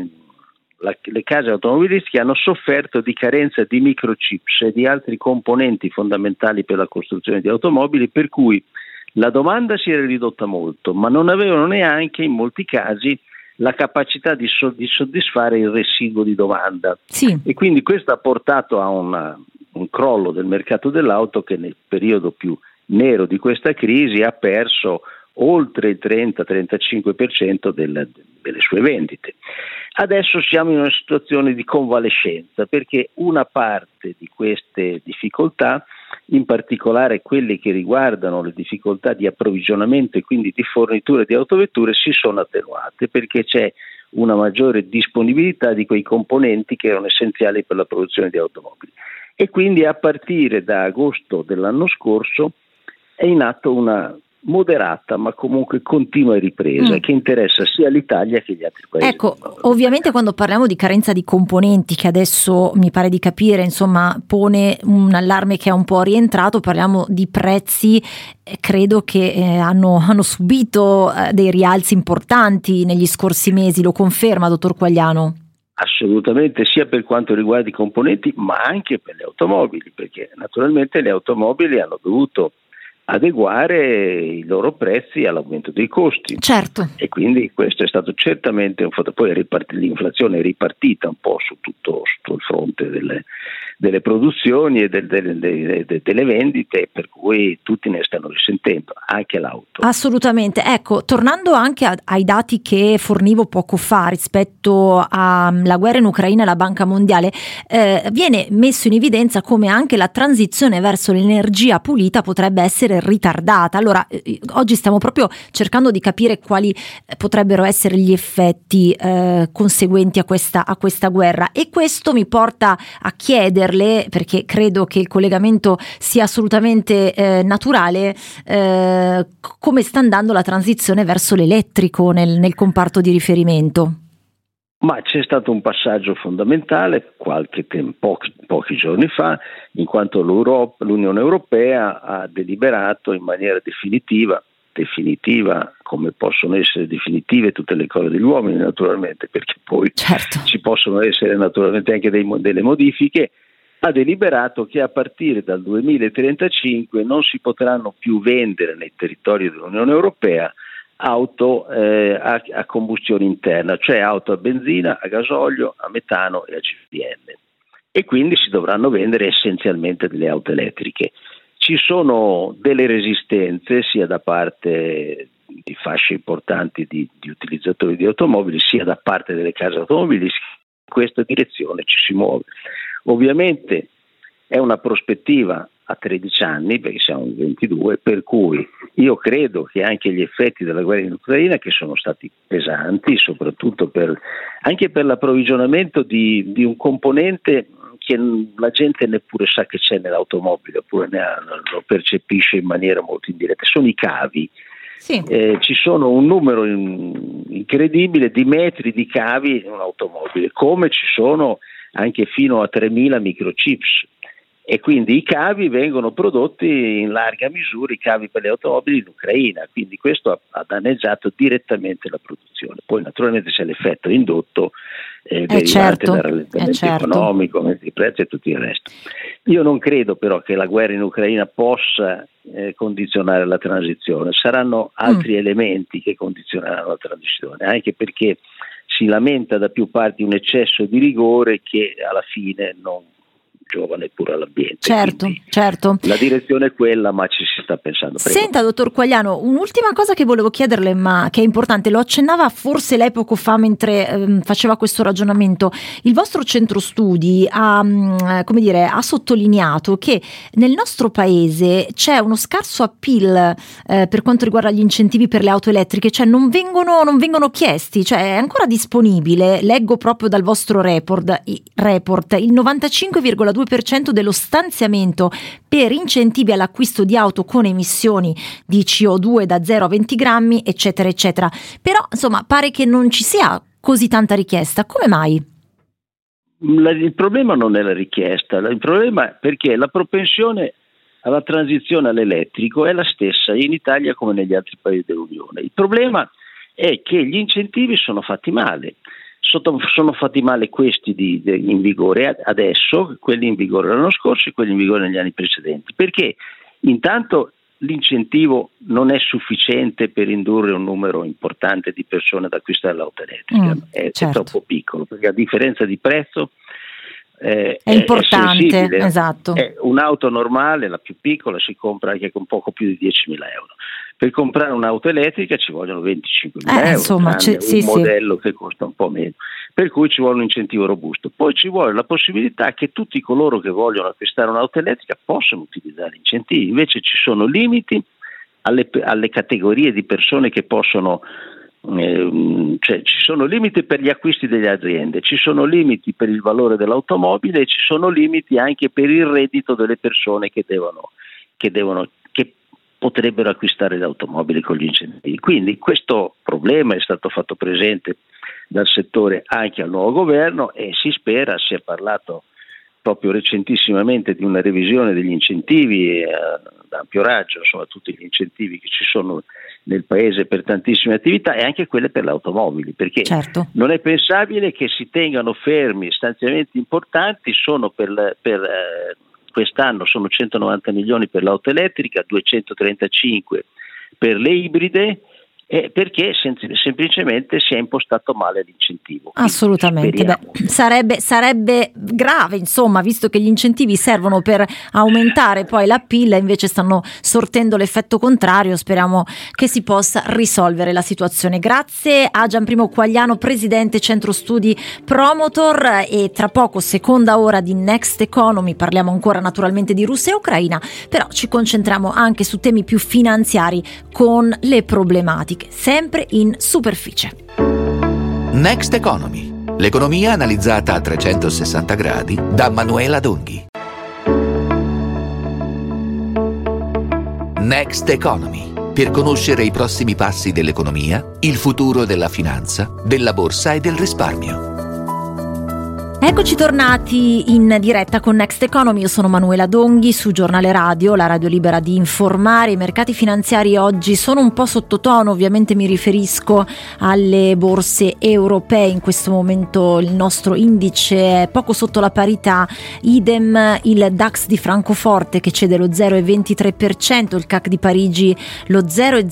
le case automobilistiche hanno sofferto di carenza di microchips e di altri componenti fondamentali per la costruzione di automobili, per cui la domanda si era ridotta molto, ma non avevano neanche in molti casi la capacità di soddisfare il residuo di domanda. Sì. E quindi questo ha portato a un crollo del mercato dell'auto che nel periodo più nero di questa crisi ha perso oltre il 30-35% delle sue vendite. Adesso siamo in una situazione di convalescenza, perché una parte di queste difficoltà, in particolare quelle che riguardano le difficoltà di approvvigionamento e quindi di fornitura di autovetture, si sono attenuate, perché c'è una maggiore disponibilità di quei componenti che erano essenziali per la produzione di automobili. E quindi a partire da agosto dell'anno scorso è in atto una moderata ma comunque continua e ripresa che interessa sia l'Italia che gli altri paesi. Ecco, ovviamente quando parliamo di carenza di componenti, che adesso mi pare di capire, insomma, pone un allarme che è un po' rientrato, parliamo di prezzi, credo che hanno subito dei rialzi importanti negli scorsi mesi, lo conferma, dottor Quagliano? Assolutamente, sia per quanto riguarda i componenti ma anche per le automobili, perché naturalmente le automobili hanno dovuto adeguare i loro prezzi all'aumento dei costi. Certo. E quindi questo è stato certamente un fatto. Poi l'inflazione è ripartita un po' su tutto il fronte delle produzioni e delle vendite, per cui tutti ne stanno risentendo, anche l'auto. Assolutamente. Ecco, tornando anche ai dati che fornivo poco fa rispetto alla guerra in Ucraina e alla Banca Mondiale, viene messo in evidenza come anche la transizione verso l'energia pulita potrebbe essere ritardata. Allora, oggi stiamo proprio cercando di capire quali potrebbero essere gli effetti conseguenti a questa guerra, e questo mi porta a chiederle, perché credo che il collegamento sia assolutamente naturale, come sta andando la transizione verso l'elettrico nel comparto di riferimento. Ma c'è stato un passaggio fondamentale pochi giorni fa, in quanto l'Unione Europea ha deliberato in maniera definitiva come possono essere definitive tutte le cose degli uomini, naturalmente, perché poi ci possono essere naturalmente anche delle modifiche. Ha deliberato che a partire dal 2035 non si potranno più vendere nei territori dell'Unione Europea auto a combustione interna, cioè auto a benzina, a gasolio, a metano e a GPL, e quindi si dovranno vendere essenzialmente delle auto elettriche. Ci sono delle resistenze sia da parte di fasce importanti di utilizzatori di automobili, sia da parte delle case automobilistiche. In questa direzione ci si muove. Ovviamente è una prospettiva a 13 anni, perché siamo in 22, per cui io credo che anche gli effetti della guerra in Ucraina, che sono stati pesanti, soprattutto anche per l'approvvigionamento di un componente che la gente neppure sa che c'è nell'automobile, oppure lo percepisce in maniera molto indiretta, sono i cavi. Sì. Ci sono un numero incredibile di metri di cavi in un'automobile, come ci sono anche fino a 3.000 microchips. E quindi i cavi vengono prodotti in larga misura, i cavi per le automobili in Ucraina, quindi questo ha danneggiato direttamente la produzione. Poi naturalmente c'è l'effetto indotto derivante dal rallentamento economico, i prezzi e tutto il resto. Io non credo però che la guerra in Ucraina possa condizionare la transizione, saranno altri elementi che condizioneranno la transizione, anche perché si lamenta da più parti un eccesso di rigore che alla fine non giova neppure all'ambiente. Certo. La direzione è quella, ma ci si sta pensando. Prego. Senta, dottor Quagliano, un'ultima cosa che volevo chiederle, ma che è importante, lo accennava forse lei poco fa mentre faceva questo ragionamento. Il vostro centro studi ha sottolineato che nel nostro paese c'è uno scarso appeal per quanto riguarda gli incentivi per le auto elettriche, cioè non vengono chiesti, cioè è ancora disponibile. Leggo proprio dal vostro report il 95,2% dello stanziamento per incentivi all'acquisto di auto con emissioni di CO2 da 0 a 20 grammi, eccetera, eccetera. Però, insomma, pare che non ci sia così tanta richiesta. Come mai? Il problema non è la richiesta, il problema è perché la propensione alla transizione all'elettrico è la stessa in Italia come negli altri paesi dell'Unione. Il problema è che gli incentivi sono fatti male. Sono fatti male questi in vigore adesso, quelli in vigore l'anno scorso e quelli in vigore negli anni precedenti, perché intanto l'incentivo non è sufficiente per indurre un numero importante di persone ad acquistare l'auto elettrica, è troppo piccolo, perché a differenza di prezzo è importante, esatto. Un'auto normale, la più piccola, si compra anche con poco più di 10.000 euro. Per comprare un'auto elettrica ci vogliono 25.000 euro, insomma, un modello che costa un po' meno, per cui ci vuole un incentivo robusto. Poi ci vuole la possibilità che tutti coloro che vogliono acquistare un'auto elettrica possano utilizzare incentivi. Invece ci sono limiti alle categorie di persone che possono, cioè ci sono limiti per gli acquisti delle aziende, ci sono limiti per il valore dell'automobile e ci sono limiti anche per il reddito delle persone che potrebbero acquistare le automobili con gli incentivi. Quindi questo problema è stato fatto presente dal settore anche al nuovo governo e si spera, si è parlato proprio recentissimamente di una revisione degli incentivi da ampio raggio, insomma tutti gli incentivi che ci sono nel paese per tantissime attività e anche quelle per le automobili, perché non è pensabile che si tengano fermi stanziamenti importanti. Sono per quest'anno sono 190 milioni per l'auto elettrica, 235 per le ibride, perché semplicemente si è impostato male l'incentivo. Assolutamente. Sarebbe grave, insomma, visto che gli incentivi servono per aumentare poi la PIL, invece stanno sortendo l'effetto contrario. Speriamo che si possa risolvere la situazione. Grazie a Gianprimo Quagliano, presidente Centro Studi Promotor, e tra poco seconda ora di Next Economy. Parliamo ancora naturalmente di Russia e Ucraina, però ci concentriamo anche su temi più finanziari con le problematiche sempre in superficie. Next Economy, l'economia analizzata a 360 gradi da Manuela Donghi. Next Economy, per conoscere i prossimi passi dell'economia, il futuro della finanza, della borsa e del risparmio. Eccoci tornati in diretta con Next Economy. Io sono Manuela Donghi su Giornale Radio, la radio libera di informare. I mercati finanziari oggi sono un po' sottotono, ovviamente mi riferisco alle borse europee. In questo momento il nostro indice è poco sotto la parità, idem il DAX di Francoforte che cede lo 0,23%, il CAC di Parigi lo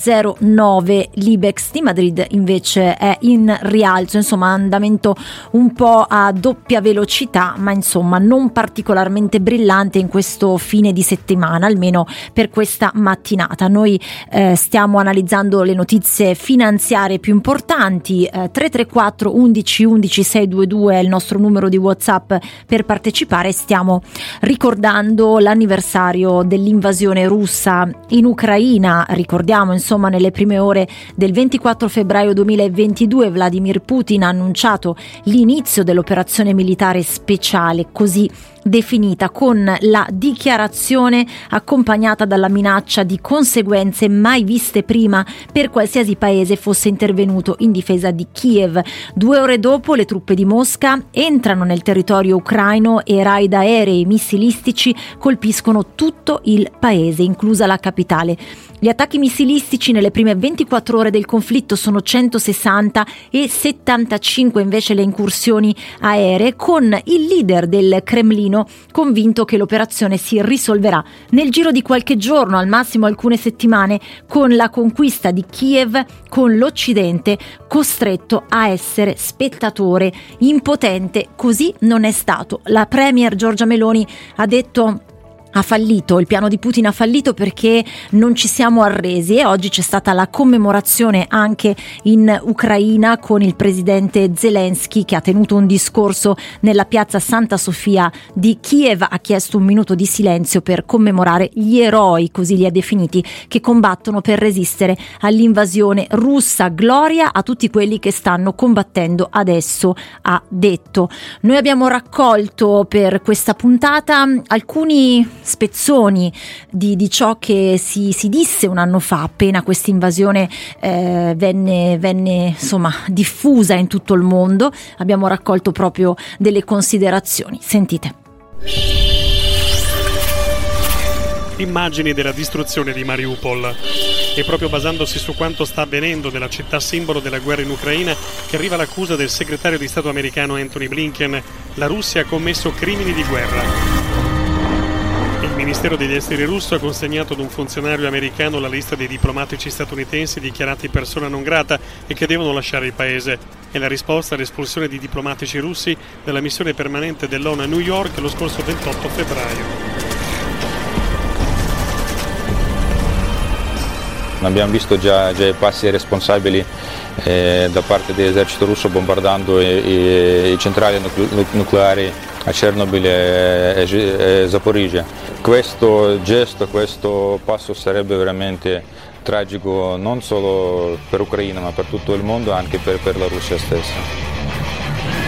0,09%, l'Ibex di Madrid invece è in rialzo, insomma andamento un po' a doppia velocità, ma insomma non particolarmente brillante in questo fine di settimana, almeno per questa mattinata. Noi stiamo analizzando le notizie finanziarie più importanti. 334 11 11 622 è il nostro numero di WhatsApp per partecipare. Stiamo ricordando l'anniversario dell'invasione russa in Ucraina. Ricordiamo, insomma, nelle prime ore del 24 febbraio 2022 Vladimir Putin ha annunciato l'inizio dell'operazione militare speciale, così definita, con la dichiarazione accompagnata dalla minaccia di conseguenze mai viste prima per qualsiasi paese fosse intervenuto in difesa di Kiev. 2 ore dopo le truppe di Mosca entrano nel territorio ucraino e raid aerei missilistici colpiscono tutto il paese, inclusa la capitale. Gli attacchi missilistici nelle prime 24 ore del conflitto sono 160 e 75 invece le incursioni aeree, con il leader del Cremlino convinto che l'operazione si risolverà nel giro di qualche giorno, al massimo alcune settimane, con la conquista di Kiev, con l'Occidente costretto a essere spettatore impotente. Così non è stato. La premier Giorgia Meloni ha detto: ha fallito, il piano di Putin ha fallito perché non ci siamo arresi, e oggi c'è stata la commemorazione anche in Ucraina con il presidente Zelensky che ha tenuto un discorso nella piazza Santa Sofia di Kiev, ha chiesto un minuto di silenzio per commemorare gli eroi, così li ha definiti, che combattono per resistere all'invasione russa. Gloria a tutti quelli che stanno combattendo adesso, ha detto. Noi abbiamo raccolto per questa puntata alcuni spezzoni di ciò che si disse un anno fa, appena questa invasione venne insomma diffusa in tutto il mondo. Abbiamo raccolto proprio delle considerazioni. Sentite. Immagini della distruzione di Mariupol. E proprio basandosi su quanto sta avvenendo nella città simbolo della guerra in Ucraina che arriva l'accusa del segretario di Stato americano Anthony Blinken: la Russia ha commesso crimini di guerra. Il Ministero degli Esteri russo ha consegnato ad un funzionario americano la lista dei diplomatici statunitensi dichiarati persona non grata e che devono lasciare il paese. È la risposta all'espulsione di diplomatici russi dalla missione permanente dell'ONU a New York lo scorso 28 febbraio. Abbiamo visto già i passi responsabili da parte dell'esercito russo bombardando i centrali nucleari a Chernobyl e Zaporizhzhia. Questo gesto, questo passo sarebbe veramente tragico non solo per l'Ucraina ma per tutto il mondo, anche per la Russia stessa.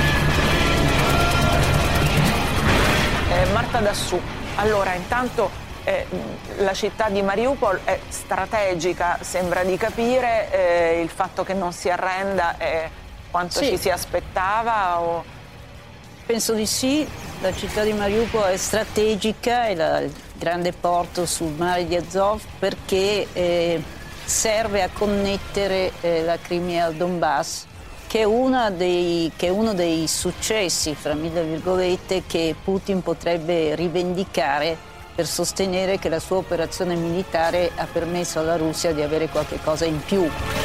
Marta Dassù, allora intanto La città di Mariupol è strategica, sembra di capire, il fatto che non si arrenda è quanto ci si aspettava? Penso di sì, la città di Mariupol è strategica, è il grande porto sul mare di Azov perché serve a connettere la Crimea al Donbass, che è uno dei successi, fra mille virgolette, che Putin potrebbe rivendicare per sostenere che la sua operazione militare ha permesso alla Russia di avere qualche cosa in più.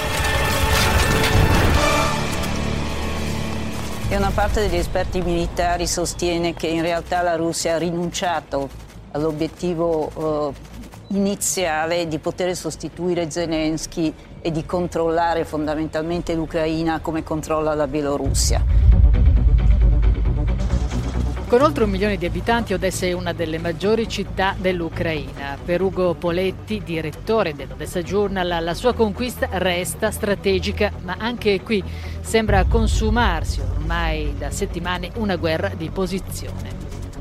E una parte degli esperti militari sostiene che in realtà la Russia ha rinunciato all'obiettivo iniziale di poter sostituire Zelensky e di controllare fondamentalmente l'Ucraina come controlla la Bielorussia. Con oltre 1 milione di abitanti, Odessa è una delle maggiori città dell'Ucraina. Per Ugo Poletti, direttore dell'Odessa Journal, la sua conquista resta strategica, ma anche qui sembra consumarsi ormai da settimane una guerra di posizione.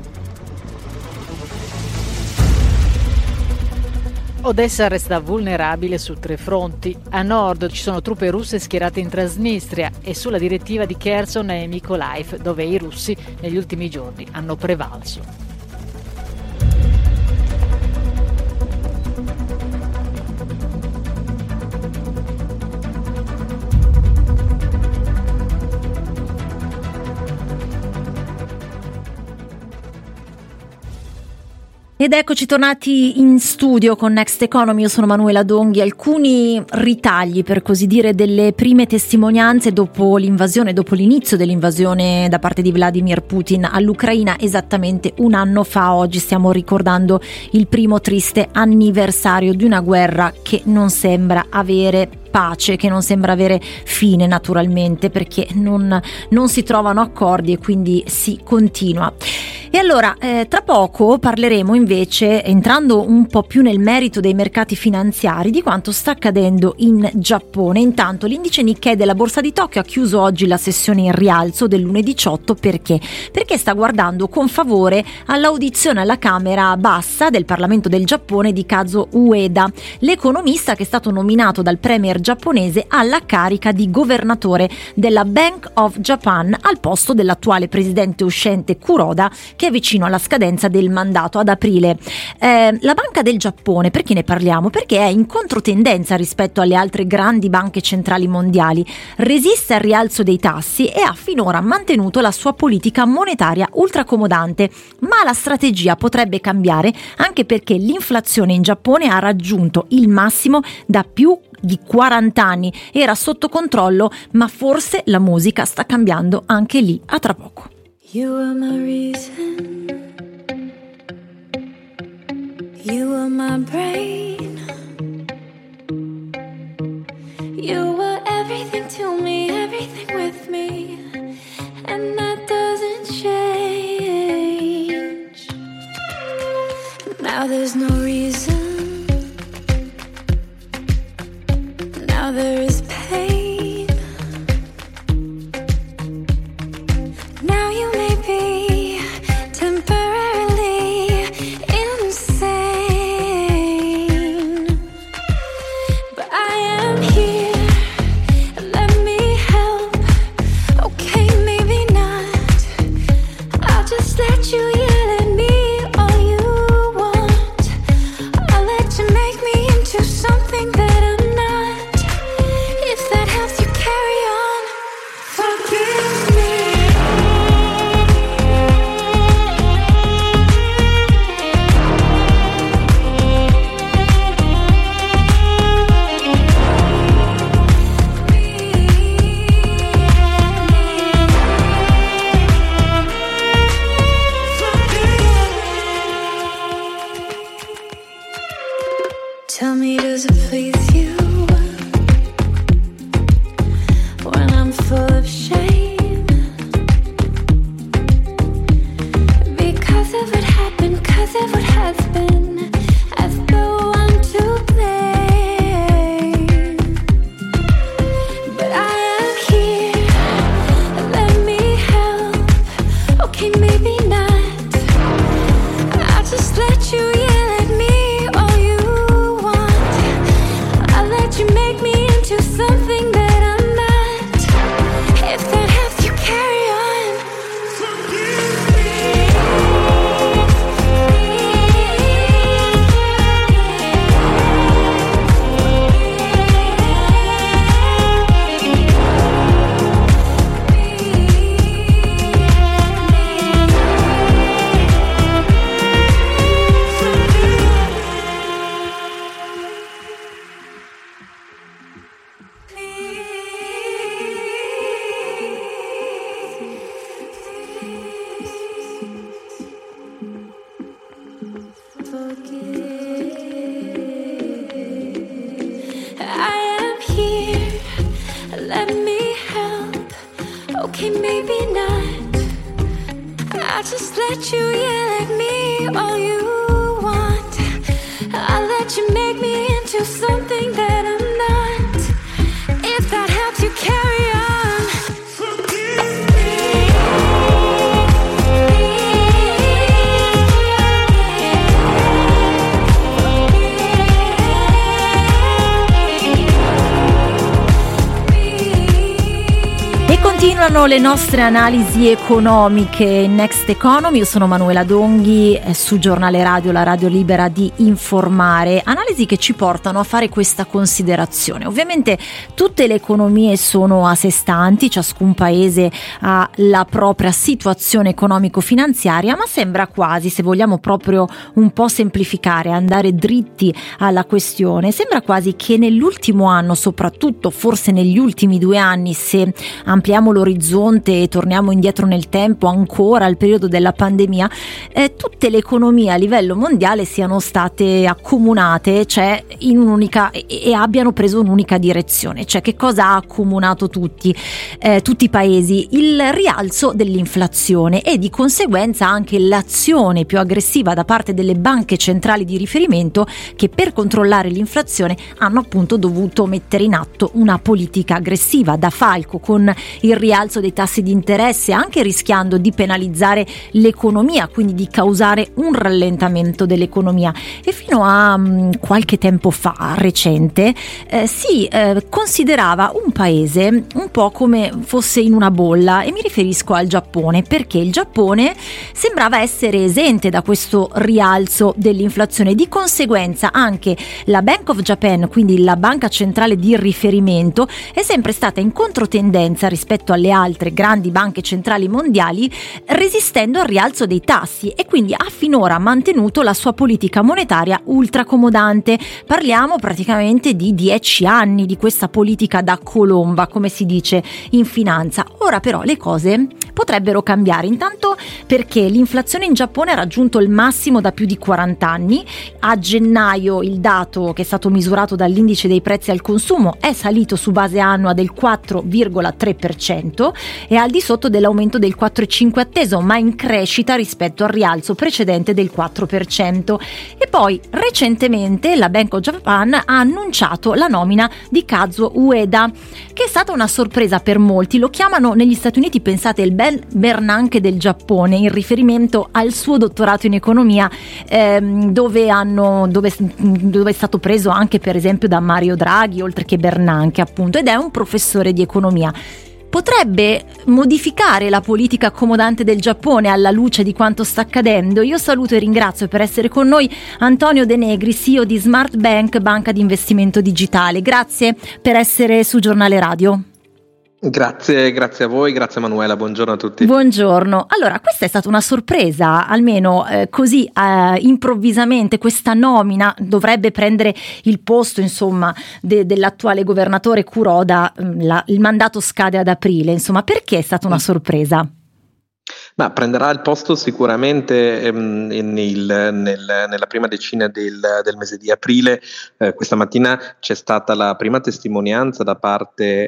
Odessa resta vulnerabile su 3 fronti. A nord ci sono truppe russe schierate in Transnistria e sulla direttiva di Kherson e Mykolaiv, dove i russi negli ultimi giorni hanno prevalso. Ed eccoci tornati in studio con Next Economy, io sono Manuela Donghi. Alcuni ritagli, per così dire, delle prime testimonianze dopo l'inizio dell'invasione da parte di Vladimir Putin all'Ucraina, esattamente un anno fa. Oggi stiamo ricordando il primo triste anniversario di una guerra che non sembra avere pace, che non sembra avere fine, naturalmente, perché non si trovano accordi e quindi si continua. E allora tra poco parleremo invece, entrando un po' più nel merito dei mercati finanziari, di quanto sta accadendo in Giappone. Intanto l'indice Nikkei della borsa di Tokyo ha chiuso oggi la sessione in rialzo del lunedì 18 perché sta guardando con favore all'audizione alla Camera bassa del Parlamento del Giappone di Kazuo Ueda, l'economista che è stato nominato dal premier giapponese alla carica di governatore della Bank of Japan al posto dell'attuale presidente uscente Kuroda, che è vicino alla scadenza del mandato ad aprile. La Banca del Giappone, perché ne parliamo? Perché è in controtendenza rispetto alle altre grandi banche centrali mondiali, resiste al rialzo dei tassi e ha finora mantenuto la sua politica monetaria ultracomodante, ma la strategia potrebbe cambiare anche perché l'inflazione in Giappone ha raggiunto il massimo da più di 40 anni. Era sotto controllo, ma forse la musica sta cambiando anche lì. A tra poco. You are my reason. You are my brain. You were everything to me, everything with me, and that doesn't change. Now there's no reason. Now there is pain. Now you may be temporarily insane, but I am here. Let me help. Okay, maybe not. I'll just let you yell at me all you want. I'll let you make me into something that I'm not. If that helps you carry on, forgive me. Tell me, does it please you when I'm full of shame? Because of what happened, because of what has been, as the one to blame. But I am here, let me help. Okay, maybe not. I'll just let you yell at me. Okay, maybe not. I'll just let you yell at me all you want. I'll let you make me into something that I'm not. If that helps you carry on. Continuano le nostre analisi economiche in Next Economy. Io sono Manuela Donghi, su Giornale Radio, la radio libera di informare. Analisi che ci portano a fare questa considerazione. Ovviamente tutte le economie sono a sé stanti, ciascun paese ha la propria situazione economico-finanziaria, ma sembra quasi, se vogliamo proprio un po' semplificare, andare dritti alla questione, sembra quasi che nell'ultimo anno, soprattutto forse negli ultimi 2 anni, se ampliamo l'orizzonte e torniamo indietro nel tempo ancora al periodo della pandemia, tutte le economie a livello mondiale siano state accomunate, cioè in un'unica, e abbiano preso un'unica direzione. Cioè, che cosa ha accomunato tutti i paesi? Il rialzo dell'inflazione e di conseguenza anche l'azione più aggressiva da parte delle banche centrali di riferimento, che per controllare l'inflazione hanno appunto dovuto mettere in atto una politica aggressiva da falco, con il rialzo dei tassi di interesse, anche rischiando di penalizzare l'economia, quindi di causare un rallentamento dell'economia. E fino a qualche tempo fa, recente, si considerava un paese un po' come fosse in una bolla, e mi riferisco al Giappone, perché il Giappone sembrava essere esente da questo rialzo dell'inflazione. Di conseguenza anche la Bank of Japan, quindi la banca centrale di riferimento, è sempre stata in controtendenza rispetto alle altre grandi banche centrali mondiali, resistendo al rialzo dei tassi, e quindi ha finora mantenuto la sua politica monetaria ultracomodante. Parliamo praticamente di 10 anni di questa politica da colomba, come si dice in finanza. Ora però le cose potrebbero cambiare, intanto perché l'inflazione in Giappone ha raggiunto il massimo da più di 40 anni. A gennaio il dato, che è stato misurato dall'indice dei prezzi al consumo, è salito su base annua del 4,3% e al di sotto dell'aumento del 4,5% atteso, ma in crescita rispetto al rialzo precedente del 4%. E poi recentemente la Bank of Japan ha annunciato la nomina di Kazuo Ueda, che è stata una sorpresa per molti. Lo chiamano negli Stati Uniti, pensate, il Ben Bernanke del Giappone, in riferimento al suo dottorato in economia, dove è stato preso anche per esempio da Mario Draghi, oltre che Bernanke appunto, ed è un professore di economia. Potrebbe modificare la politica accomodante del Giappone alla luce di quanto sta accadendo. Io saluto e ringrazio per essere con noi Antonio De Negri, CEO di Smart Bank, banca di investimento digitale. Grazie per essere su Giornale Radio. Grazie a voi, grazie Manuela, buongiorno a tutti. Buongiorno. Allora, questa è stata una sorpresa, almeno così improvvisamente questa nomina dovrebbe prendere il posto, insomma, dell'attuale governatore Kuroda. Il mandato scade ad aprile, insomma, perché è stata una sorpresa? Ma prenderà il posto sicuramente nella prima decina del mese di aprile. Questa mattina c'è stata la prima testimonianza da parte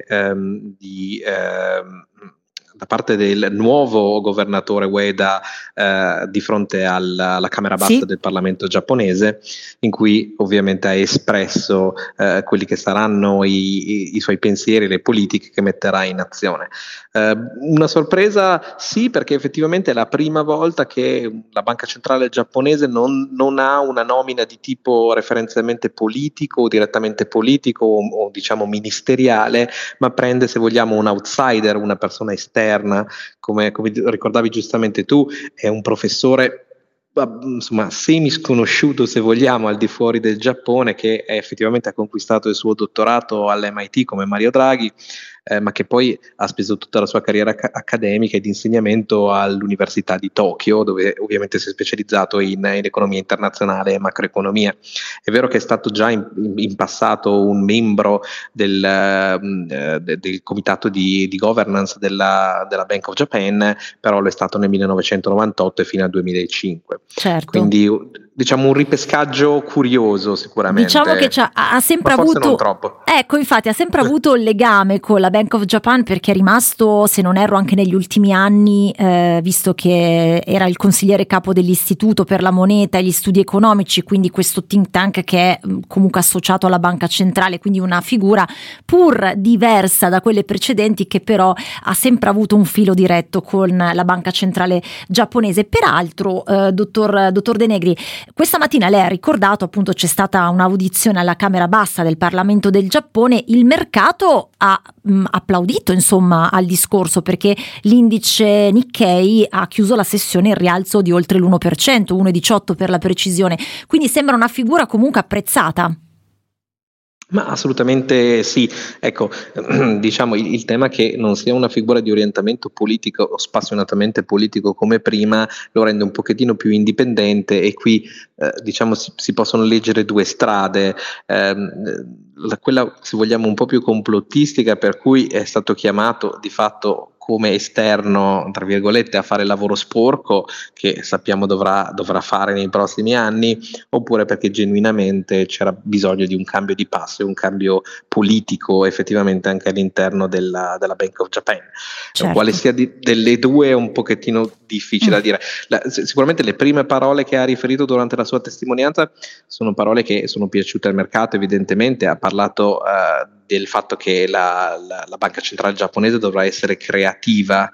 del nuovo governatore Ueda di fronte alla Camera Bassa del Parlamento giapponese, in cui ovviamente ha espresso quelli che saranno i suoi pensieri, le politiche che metterà in azione. Una sorpresa sì, perché effettivamente è la prima volta che la banca centrale giapponese non ha una nomina di tipo referenzialmente politico o direttamente politico o diciamo ministeriale, ma prende, se vogliamo, un outsider, una persona esterna, come ricordavi giustamente tu, è un professore insomma semi sconosciuto, se vogliamo, al di fuori del Giappone, che effettivamente ha conquistato il suo dottorato all'MIT come Mario Draghi, ma che poi ha speso tutta la sua carriera accademica e di insegnamento all'Università di Tokyo, dove ovviamente si è specializzato in economia internazionale e macroeconomia. È vero che è stato già in passato un membro del comitato di governance della Bank of Japan, però lo è stato nel 1998 e fino al 2005. Certo. Quindi diciamo un ripescaggio curioso sicuramente. Diciamo che ha sempre ma forse avuto, non troppo. ecco, infatti ha sempre avuto il legame con la Bank of Japan, perché è rimasto, se non erro, anche negli ultimi anni, visto che era il consigliere capo dell'Istituto per la Moneta e gli Studi Economici, quindi questo think tank che è comunque associato alla Banca Centrale, quindi una figura pur diversa da quelle precedenti, che però ha sempre avuto un filo diretto con la Banca Centrale giapponese. Peraltro, dottor De Negri, questa mattina lei ha ricordato, appunto, c'è stata un'audizione alla Camera Bassa del Parlamento del Giappone. Il mercato ha applaudito, insomma, al discorso, perché l'indice Nikkei ha chiuso la sessione in rialzo di oltre l'1%, 1,18 per la precisione, quindi sembra una figura comunque apprezzata. Ma assolutamente sì, ecco, diciamo il tema è che non sia una figura di orientamento politico o spassionatamente politico come prima lo rende un pochettino più indipendente, e qui diciamo si possono leggere due strade, quella, se vogliamo, un po' più complottistica, per cui è stato chiamato di fatto come esterno, tra virgolette, a fare il lavoro sporco che sappiamo dovrà fare nei prossimi anni, oppure perché genuinamente c'era bisogno di un cambio di passo, un cambio politico effettivamente anche all'interno della Bank of Japan. Certo. Quale sia delle due è un pochettino difficile da dire. Sicuramente le prime parole che ha riferito durante la sua testimonianza sono parole che sono piaciute al mercato, evidentemente. Ha parlato del fatto che la Banca Centrale giapponese dovrà essere creativa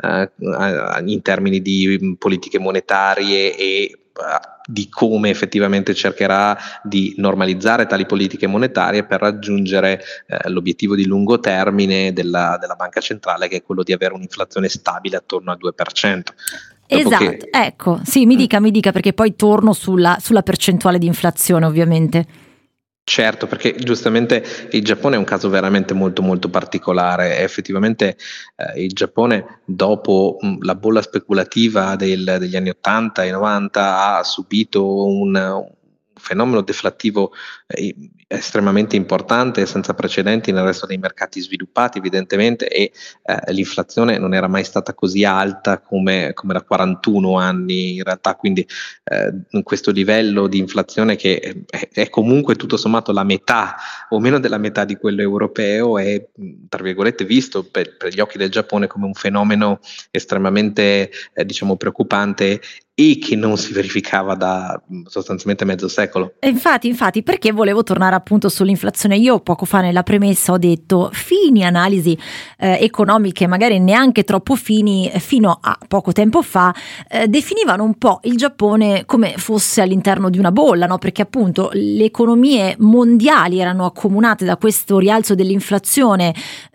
in termini di politiche monetarie e di come effettivamente cercherà di normalizzare tali politiche monetarie per raggiungere l'obiettivo di lungo termine della Banca Centrale, che è quello di avere un'inflazione stabile attorno al 2%. Esatto, ecco, sì, mi dica, perché poi torno sulla percentuale di inflazione, ovviamente. Certo, perché giustamente il Giappone è un caso veramente molto molto particolare. Effettivamente il Giappone, dopo la bolla speculativa degli anni 80 e 90, ha subito un fenomeno deflattivo estremamente importante, senza precedenti nel resto dei mercati sviluppati, evidentemente, e l'inflazione non era mai stata così alta come da 41 anni in realtà, quindi questo livello di inflazione, che è comunque tutto sommato la metà o meno della metà di quello europeo, è, tra virgolette, visto per gli occhi del Giappone come un fenomeno estremamente diciamo preoccupante, e che non si verificava da sostanzialmente mezzo secolo. Infatti, perché volevo tornare appunto sull'inflazione. Io poco fa nella premessa ho detto fini analisi economiche, magari neanche troppo fini, fino a poco tempo fa definivano un po' il Giappone come fosse all'interno di una bolla, no? Perché appunto le economie mondiali erano accomunate da questo rialzo dell'inflazione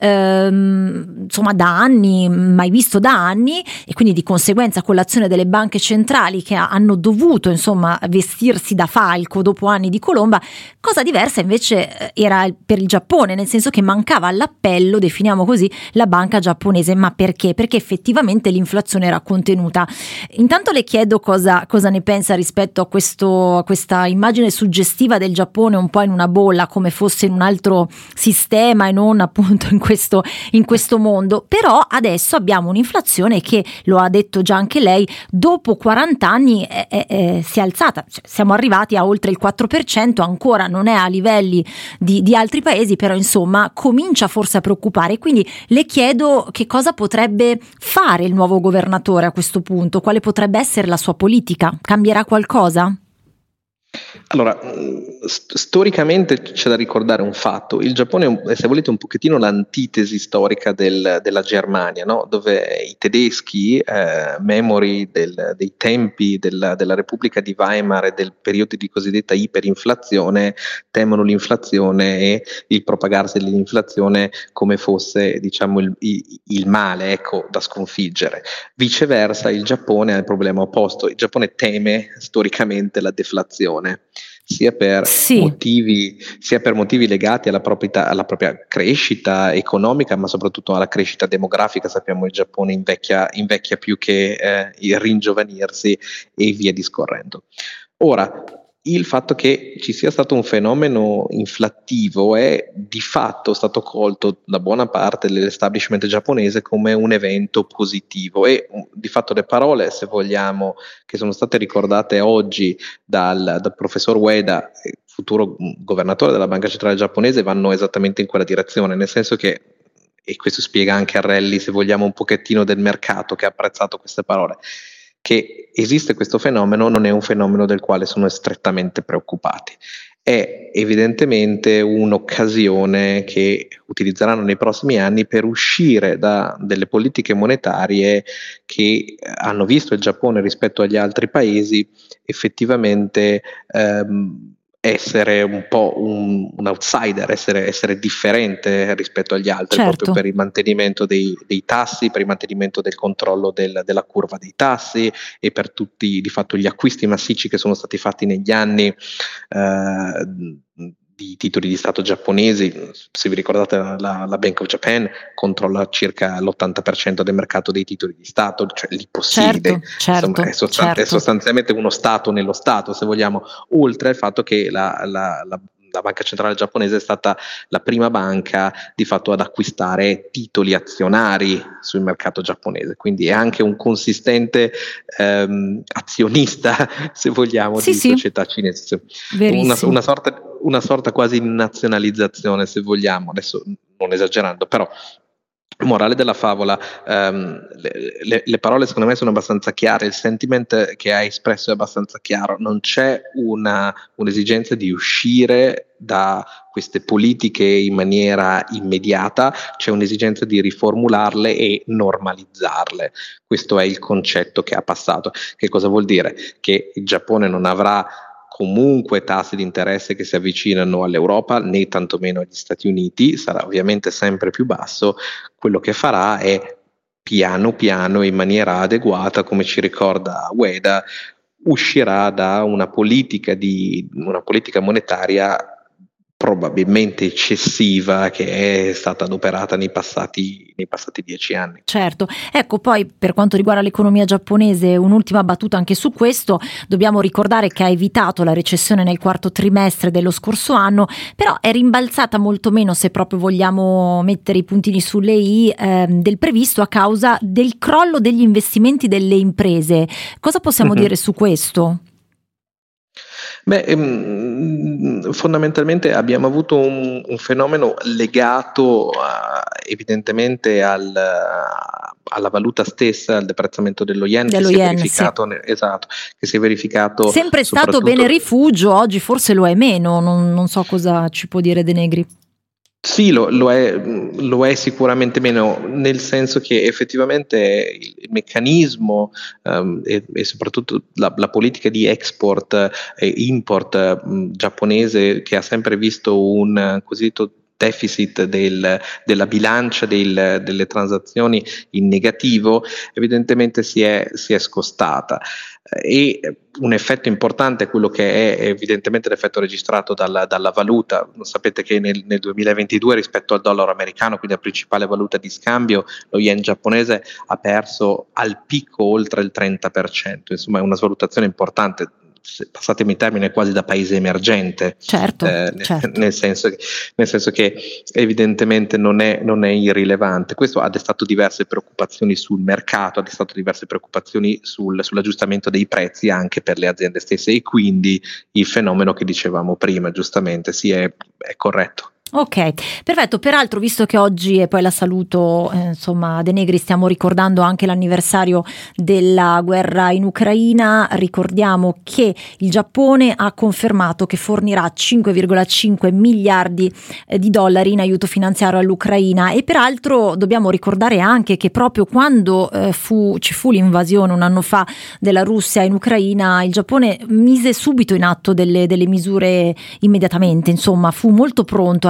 insomma da anni, mai visto da anni, e quindi di conseguenza con l'azione delle banche centrali che hanno dovuto insomma vestirsi da falco dopo anni di colomba. Cosa diversa invece era per il Giappone, nel senso che mancava all'appello, definiamo così, la banca giapponese. Ma perché? Perché effettivamente l'inflazione era contenuta. Intanto le chiedo cosa ne pensa rispetto a questa immagine suggestiva del Giappone un po' in una bolla, come fosse in un altro sistema e non appunto in questo mondo. Però adesso abbiamo un'inflazione che, lo ha detto già anche lei, dopo 40 anni si è alzata, cioè, siamo arrivati a oltre il 4%, ancora non è a livelli di altri paesi, però insomma comincia forse a preoccupare. Quindi le chiedo che cosa potrebbe fare il nuovo governatore a questo punto, quale potrebbe essere la sua politica, cambierà qualcosa? Allora, storicamente c'è da ricordare un fatto: il Giappone è, se volete, un pochettino l'antitesi storica della Germania, no? Dove i tedeschi, memori dei tempi della Repubblica di Weimar e del periodo di cosiddetta iperinflazione, temono l'inflazione e il propagarsi dell'inflazione come fosse, diciamo, il male, ecco, da sconfiggere. Viceversa, il Giappone ha il problema opposto. Il Giappone teme storicamente la deflazione, sia per motivi legati alla propria crescita economica, ma soprattutto alla crescita demografica. Sappiamo il Giappone invecchia più che ringiovanirsi, e via discorrendo. Ora, il fatto che ci sia stato un fenomeno inflattivo è di fatto stato colto da buona parte dell'establishment giapponese come un evento positivo, e di fatto le parole, se vogliamo, che sono state ricordate oggi dal professor Ueda, futuro governatore della Banca Centrale Giapponese, vanno esattamente in quella direzione, nel senso che, e questo spiega anche a rally, se vogliamo, un pochettino del mercato che ha apprezzato queste parole, che esiste questo fenomeno non è un fenomeno del quale sono strettamente preoccupati. È evidentemente un'occasione che utilizzeranno nei prossimi anni per uscire da delle politiche monetarie che hanno visto il Giappone rispetto agli altri paesi effettivamente essere un po' un outsider, essere differente rispetto agli altri, certo, proprio per il mantenimento dei tassi, per il mantenimento del controllo della curva dei tassi e per tutti di fatto gli acquisti massicci che sono stati fatti negli anni di titoli di Stato giapponesi. Se vi ricordate, la Bank of Japan controlla circa l'80% del mercato dei titoli di Stato, cioè li possiede. Certo, Insomma, è sostanzialmente uno Stato nello Stato, se vogliamo, oltre al fatto che la Banca Centrale Giapponese è stata la prima banca di fatto ad acquistare titoli azionari sul mercato giapponese, quindi è anche un consistente azionista, se vogliamo, di società cinese. Una sorta quasi di nazionalizzazione, se vogliamo, adesso non esagerando, però morale della favola, le parole secondo me sono abbastanza chiare, il sentiment che hai espresso è abbastanza chiaro, non c'è un'esigenza di uscire da queste politiche in maniera immediata, c'è un'esigenza di riformularle e normalizzarle. Questo è il concetto che ha passato. Che cosa vuol dire? Che il Giappone non avrà comunque tassi di interesse che si avvicinano all'Europa, né tantomeno agli Stati Uniti, sarà ovviamente sempre più basso. Quello che farà è piano piano, in maniera adeguata, come ci ricorda Ueda, uscirà da una politica monetaria probabilmente eccessiva che è stata adoperata nei passati 10 anni. Certo, ecco, poi per quanto riguarda l'economia giapponese, un'ultima battuta anche su questo: dobbiamo ricordare che ha evitato la recessione nel quarto trimestre dello scorso anno, però è rimbalzata molto meno, se proprio vogliamo mettere i puntini sulle i, del previsto, a causa del crollo degli investimenti delle imprese. Cosa possiamo dire su questo? Fondamentalmente abbiamo avuto un fenomeno legato evidentemente alla valuta stessa, al deprezzamento dello yen, che si è verificato, esatto, che si è verificato sempre stato bene rifugio, oggi forse lo è meno, non so cosa ci può dire De Negri. Sì, lo è sicuramente meno, nel senso che effettivamente il meccanismo e soprattutto la politica di export e import giapponese, che ha sempre visto un cosiddetto deficit della bilancia delle transazioni in negativo, evidentemente si è scostata. E un effetto importante è quello che è evidentemente l'effetto registrato dalla valuta. Sapete che nel 2022 rispetto al dollaro americano, quindi la principale valuta di scambio, lo yen giapponese ha perso al picco oltre il 30%, insomma è una svalutazione importante, passatemi il termine, quasi da paese emergente, certo. Nel senso che evidentemente non è irrilevante. Questo ha destato diverse preoccupazioni sul mercato, ha destato diverse preoccupazioni sull'aggiustamento dei prezzi anche per le aziende stesse, e quindi il fenomeno che dicevamo prima, giustamente, sì, è corretto. Ok, perfetto. Peraltro, visto che oggi, e poi la saluto, De Negri, stiamo ricordando anche l'anniversario della guerra in Ucraina, ricordiamo che il Giappone ha confermato che fornirà 5,5 miliardi di dollari in aiuto finanziario all'Ucraina, e peraltro dobbiamo ricordare anche che proprio quando ci fu l'invasione un anno fa della Russia in Ucraina, il Giappone mise subito in atto delle misure immediatamente, insomma fu molto pronto a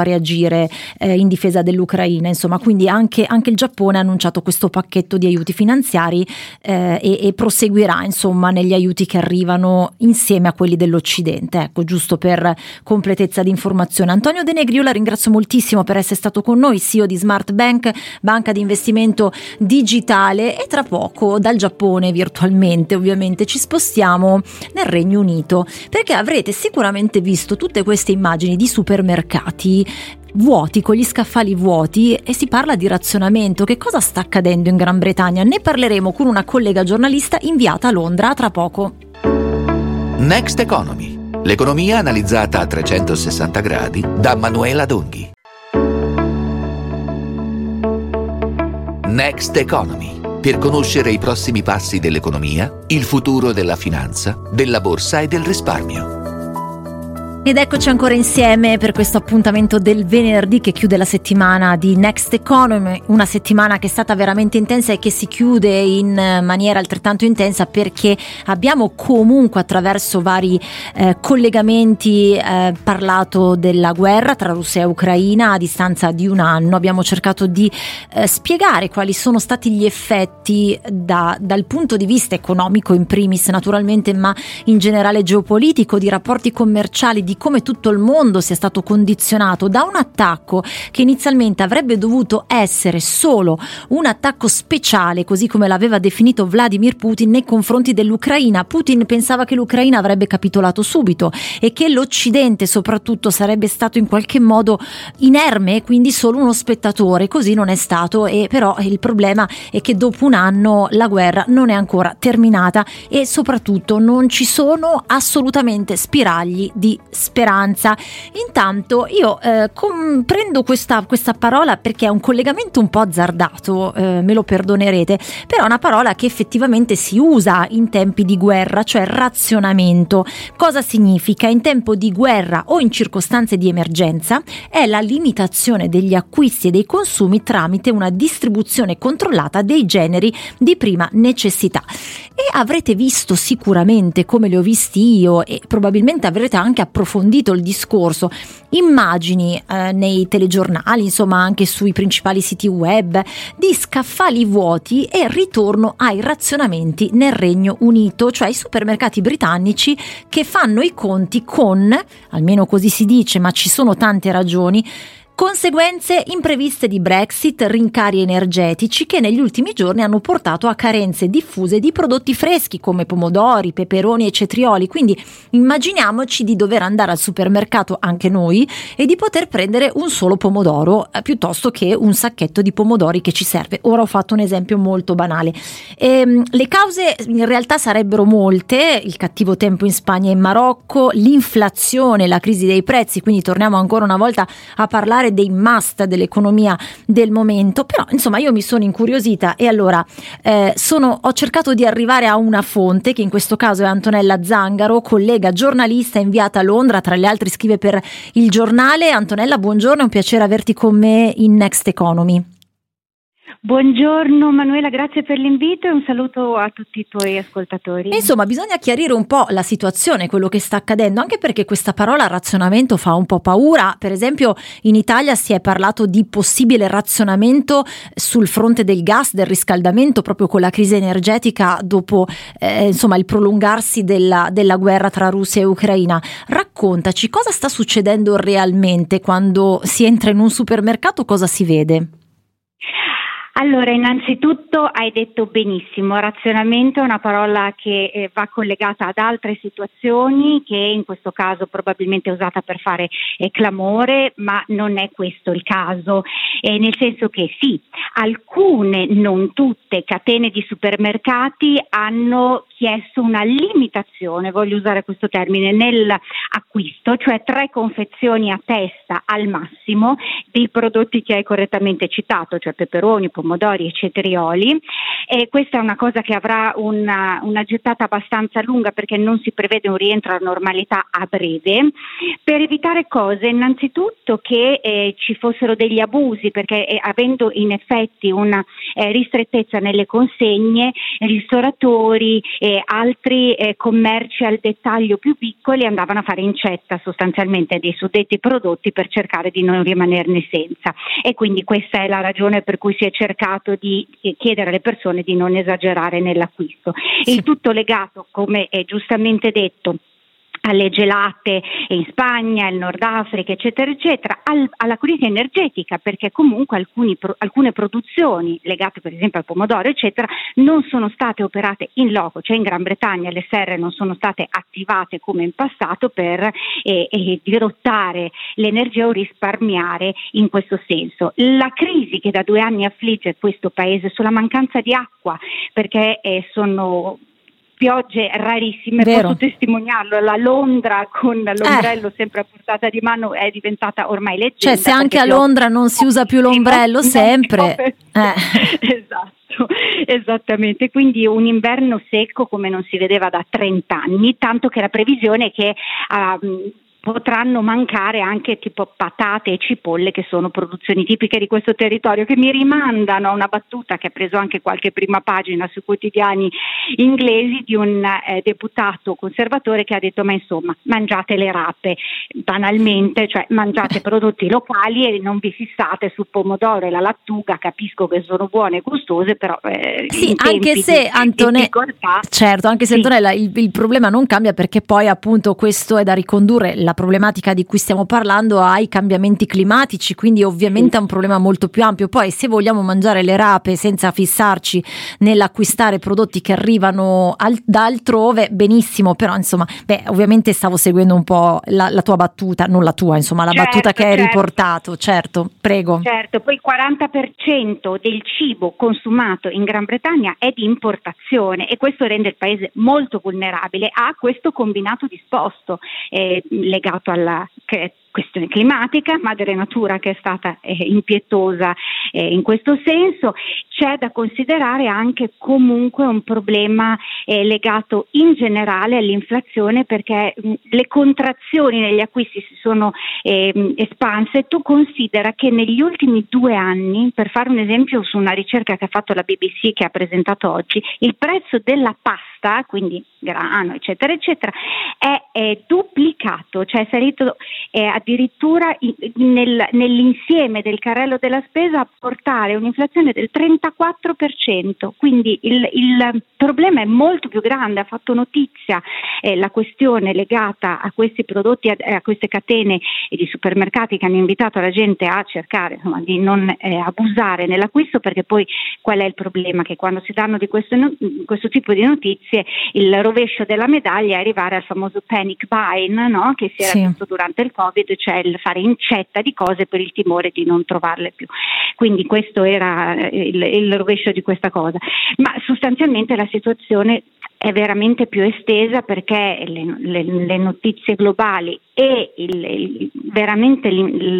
reagire in difesa dell'Ucraina, insomma, quindi anche il Giappone ha annunciato questo pacchetto di aiuti finanziari e proseguirà, insomma, negli aiuti che arrivano insieme a quelli dell'Occidente. Ecco, giusto per completezza di informazione. Antonio De Negri, io la ringrazio moltissimo per essere stato con noi, CEO di Smart Bank, banca di investimento digitale, e tra poco dal Giappone virtualmente ovviamente ci spostiamo nel Regno Unito, perché avrete sicuramente visto tutte queste immagini di supermercati vuoti, con gli scaffali vuoti, e si parla di razionamento. Che cosa sta accadendo in Gran Bretagna? Ne parleremo con una collega giornalista inviata a Londra tra poco. Next Economy, l'economia analizzata a 360 gradi da Manuela Donghi. Next Economy, per conoscere i prossimi passi dell'economia, il futuro della finanza, della borsa e del risparmio. Ed eccoci ancora insieme per questo appuntamento del venerdì che chiude la settimana di Next Economy, una settimana che è stata veramente intensa e che si chiude in maniera altrettanto intensa perché abbiamo comunque attraverso vari collegamenti parlato della guerra tra Russia e Ucraina a distanza di un anno. Abbiamo cercato di spiegare quali sono stati gli effetti dal punto di vista economico in primis naturalmente, ma in generale geopolitico, di rapporti commerciali, di come tutto il mondo sia stato condizionato da un attacco che inizialmente avrebbe dovuto essere solo un attacco speciale, così come l'aveva definito Vladimir Putin nei confronti dell'Ucraina. Putin pensava che l'Ucraina avrebbe capitolato subito e che l'Occidente soprattutto sarebbe stato in qualche modo inerme, quindi solo uno spettatore. Così non è stato, e però il problema è che dopo un anno la guerra non è ancora terminata e soprattutto non ci sono assolutamente spiragli di speranza. Intanto io comprendo questa parola perché è un collegamento un po' azzardato, me lo perdonerete, però è una parola che effettivamente si usa in tempi di guerra, cioè razionamento. Cosa significa? In tempo di guerra o in circostanze di emergenza è la limitazione degli acquisti e dei consumi tramite una distribuzione controllata dei generi di prima necessità. E avrete visto sicuramente, come li ho visti io, e probabilmente avrete anche approfondito il discorso, immagini nei telegiornali, insomma anche sui principali siti web, di scaffali vuoti e ritorno ai razionamenti nel Regno Unito, cioè i supermercati britannici che fanno i conti con, almeno così si dice, ma ci sono tante ragioni, conseguenze impreviste di Brexit, rincari energetici che negli ultimi giorni hanno portato a carenze diffuse di prodotti freschi come pomodori, peperoni e cetrioli. Quindi immaginiamoci di dover andare al supermercato anche noi e di poter prendere un solo pomodoro piuttosto che un sacchetto di pomodori che ci serve. Ora ho fatto un esempio molto banale. Le cause in realtà sarebbero molte: il cattivo tempo in Spagna e in Marocco, l'inflazione, la crisi dei prezzi, quindi torniamo ancora una volta a parlare dei must dell'economia del momento. Però insomma io mi sono incuriosita e allora ho cercato di arrivare a una fonte, che in questo caso è Antonella Zangaro, collega giornalista inviata a Londra, tra le altre scrive per Il Giornale. Antonella, buongiorno, è un piacere averti con me in Next Economy. Buongiorno Manuela, grazie per l'invito e un saluto a tutti i tuoi ascoltatori. Insomma, bisogna chiarire un po' la situazione, quello che sta accadendo, anche perché questa parola razionamento fa un po' paura. Per esempio in Italia si è parlato di possibile razionamento sul fronte del gas, del riscaldamento, proprio con la crisi energetica dopo il prolungarsi della guerra tra Russia e Ucraina. Raccontaci cosa sta succedendo realmente quando si entra in un supermercato, cosa si vede? Allora, innanzitutto hai detto benissimo, razionamento è una parola che va collegata ad altre situazioni, che in questo caso probabilmente è usata per fare clamore, ma non è questo il caso, nel senso che sì, alcune, non tutte, catene di supermercati hanno chiesto una limitazione, voglio usare questo termine, nell'acquisto, cioè 3 confezioni a testa al massimo dei prodotti che hai correttamente citato, cioè peperoni, pomodori e cetrioli, Questa è una cosa che avrà una gettata abbastanza lunga, perché non si prevede un rientro alla normalità a breve, per evitare cose, innanzitutto che ci fossero degli abusi, perché avendo in effetti una ristrettezza nelle consegne, ristoratori e altri commerci al dettaglio più piccoli andavano a fare incetta sostanzialmente dei suddetti prodotti per cercare di non rimanerne senza, e quindi questa è la ragione per cui si è cercato di chiedere alle persone di non esagerare nell'acquisto. Il tutto legato, come è giustamente detto, alle gelate in Spagna, il Nord Africa, eccetera, eccetera, alla crisi energetica, perché comunque alcune produzioni legate per esempio al pomodoro, eccetera, non sono state operate in loco, cioè in Gran Bretagna le serre non sono state attivate come in passato per dirottare l'energia o risparmiare in questo senso. La crisi che da 2 anni affligge questo paese sulla mancanza di acqua, perché sono piogge rarissime, posso testimoniarlo, la Londra con l'ombrello sempre a portata di mano è diventata ormai leggenda. Cioè se anche a Londra non si usa più l'ombrello sempre. Esatto, esattamente, quindi un inverno secco come non si vedeva da 30 anni, tanto che la previsione è che potranno mancare anche tipo patate e cipolle, che sono produzioni tipiche di questo territorio, che mi rimandano a una battuta che ha preso anche qualche prima pagina sui quotidiani inglesi di un deputato conservatore che ha detto: ma insomma, mangiate le rape, banalmente, cioè mangiate prodotti locali e non vi fissate sul pomodoro e la lattuga. Capisco che sono buone e gustose, però sì, anche se Antonella, certo, anche se Antonella il problema non cambia, perché poi appunto questo è da ricondurre la problematica di cui stiamo parlando ai cambiamenti climatici, quindi ovviamente è un problema molto più ampio. Poi se vogliamo mangiare le rape senza fissarci nell'acquistare prodotti che arrivano da altrove, benissimo, però insomma, ovviamente stavo seguendo un po' la tua battuta, non la tua, insomma la battuta che hai riportato, certo, prego. Certo, poi il 40% del cibo consumato in Gran Bretagna è di importazione, e questo rende il paese molto vulnerabile a questo combinato disposto legato alla questione climatica, madre natura che è stata impietosa in questo senso. C'è da considerare anche comunque un problema legato in generale all'inflazione, perché le contrazioni negli acquisti si sono espanse. Tu considera che negli ultimi 2 anni, per fare un esempio su una ricerca che ha fatto la BBC che ha presentato oggi, il prezzo della pasta, quindi grano eccetera eccetera, è duplicato, cioè è salito addirittura nell'insieme del carrello della spesa a portare un'inflazione del 34%, quindi il problema è molto più grande. Ha fatto notizia la questione legata a questi prodotti, a queste catene di supermercati che hanno invitato la gente a cercare, insomma, di non abusare nell'acquisto, perché poi qual è il problema? Che quando si danno di questo tipo di notizie, il rovescio della medaglia è arrivare al famoso panic buying, no? Che si era visto durante il Covid, cioè il fare incetta di cose per il timore di non trovarle più. Quindi questo era il rovescio di questa cosa. Ma sostanzialmente la situazione è veramente più estesa, perché le notizie globali e veramente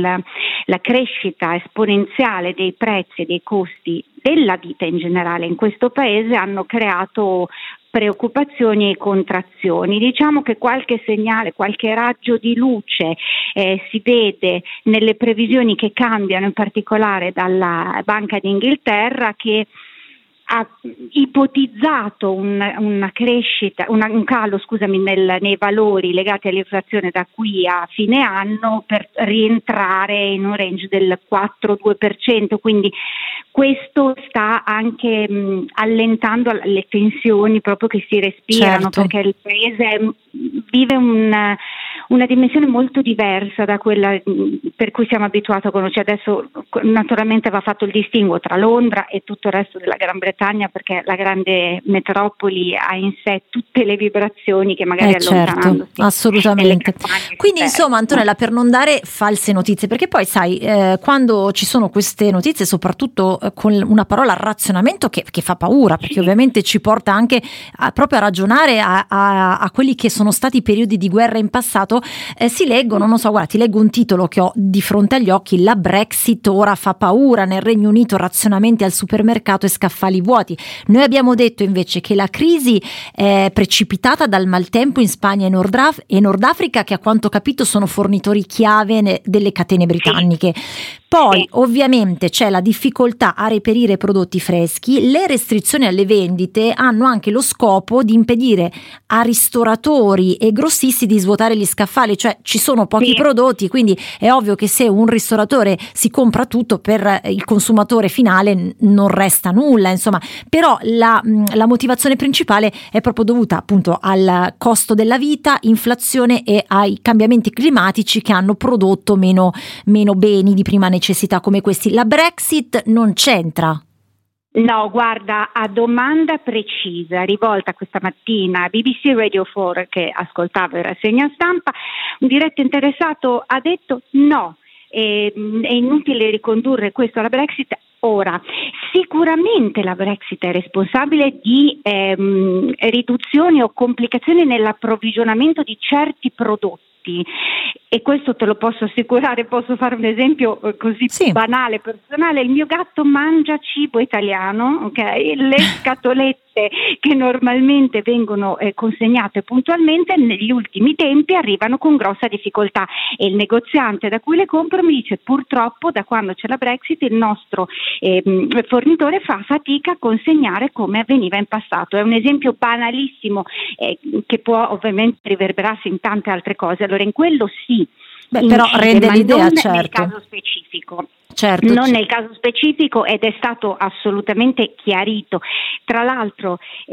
la crescita esponenziale dei prezzi e dei costi della vita in generale in questo paese hanno creato preoccupazioni e contrazioni. Diciamo che qualche segnale, qualche raggio di luce si vede nelle previsioni che cambiano, in particolare dalla Banca d'Inghilterra, che ha ipotizzato una crescita, un calo, nei valori legati all'inflazione da qui a fine anno, per rientrare in un range del 4-2%, quindi questo sta anche allentando le tensioni proprio che si respirano, perché il paese vive una dimensione molto diversa da quella per cui siamo abituati a conoscere. Adesso naturalmente va fatto il distinguo tra Londra e tutto il resto della Gran Bretagna, perché la grande metropoli ha in sé tutte le vibrazioni che magari allontanandosi. Certo, assolutamente. Quindi insomma, Antonella, per non dare false notizie, perché poi sai, quando ci sono queste notizie, soprattutto con una parola razionamento che fa paura, perché ovviamente ci porta anche proprio a ragionare a quelli che sono stati i periodi di guerra in passato, mondo, si leggono, non so, guarda, ti leggo un titolo che ho di fronte agli occhi: la Brexit ora fa paura, nel Regno Unito razionamenti al supermercato e scaffali vuoti. Noi abbiamo detto invece che la crisi è precipitata dal maltempo in Spagna e Nord Africa, che a quanto capito sono fornitori chiave delle catene britanniche. Poi ovviamente c'è la difficoltà a reperire prodotti freschi, le restrizioni alle vendite hanno anche lo scopo di impedire a ristoratori e grossisti di svuotare gli scaffali, cioè ci sono pochi prodotti, quindi è ovvio che se un ristoratore si compra tutto, per il consumatore finale non resta nulla, insomma. Però la motivazione principale è proprio dovuta appunto al costo della vita, inflazione e ai cambiamenti climatici che hanno prodotto meno beni di prima necessità come questi. La Brexit non c'entra? No, guarda, a domanda precisa rivolta questa mattina a BBC Radio 4, che ascoltavo in rassegna stampa, un diretto interessato ha detto no, è inutile ricondurre questo alla Brexit. Ora, sicuramente la Brexit è responsabile di riduzioni o complicazioni nell'approvvigionamento di certi prodotti, e questo te lo posso assicurare. Posso fare un esempio così banale, personale: il mio gatto mangia cibo italiano, ok? Le scatolette che normalmente vengono consegnate puntualmente negli ultimi tempi arrivano con grossa difficoltà, e il negoziante da cui le compro mi dice: purtroppo da quando c'è la Brexit il nostro fornitore fa fatica a consegnare come avveniva in passato. È un esempio banalissimo che può ovviamente riverberarsi in tante altre cose. Allora in quello sì, però rende l'idea, non certo. nel caso specifico. Certo, non nel caso specifico, ed è stato assolutamente chiarito. Tra l'altro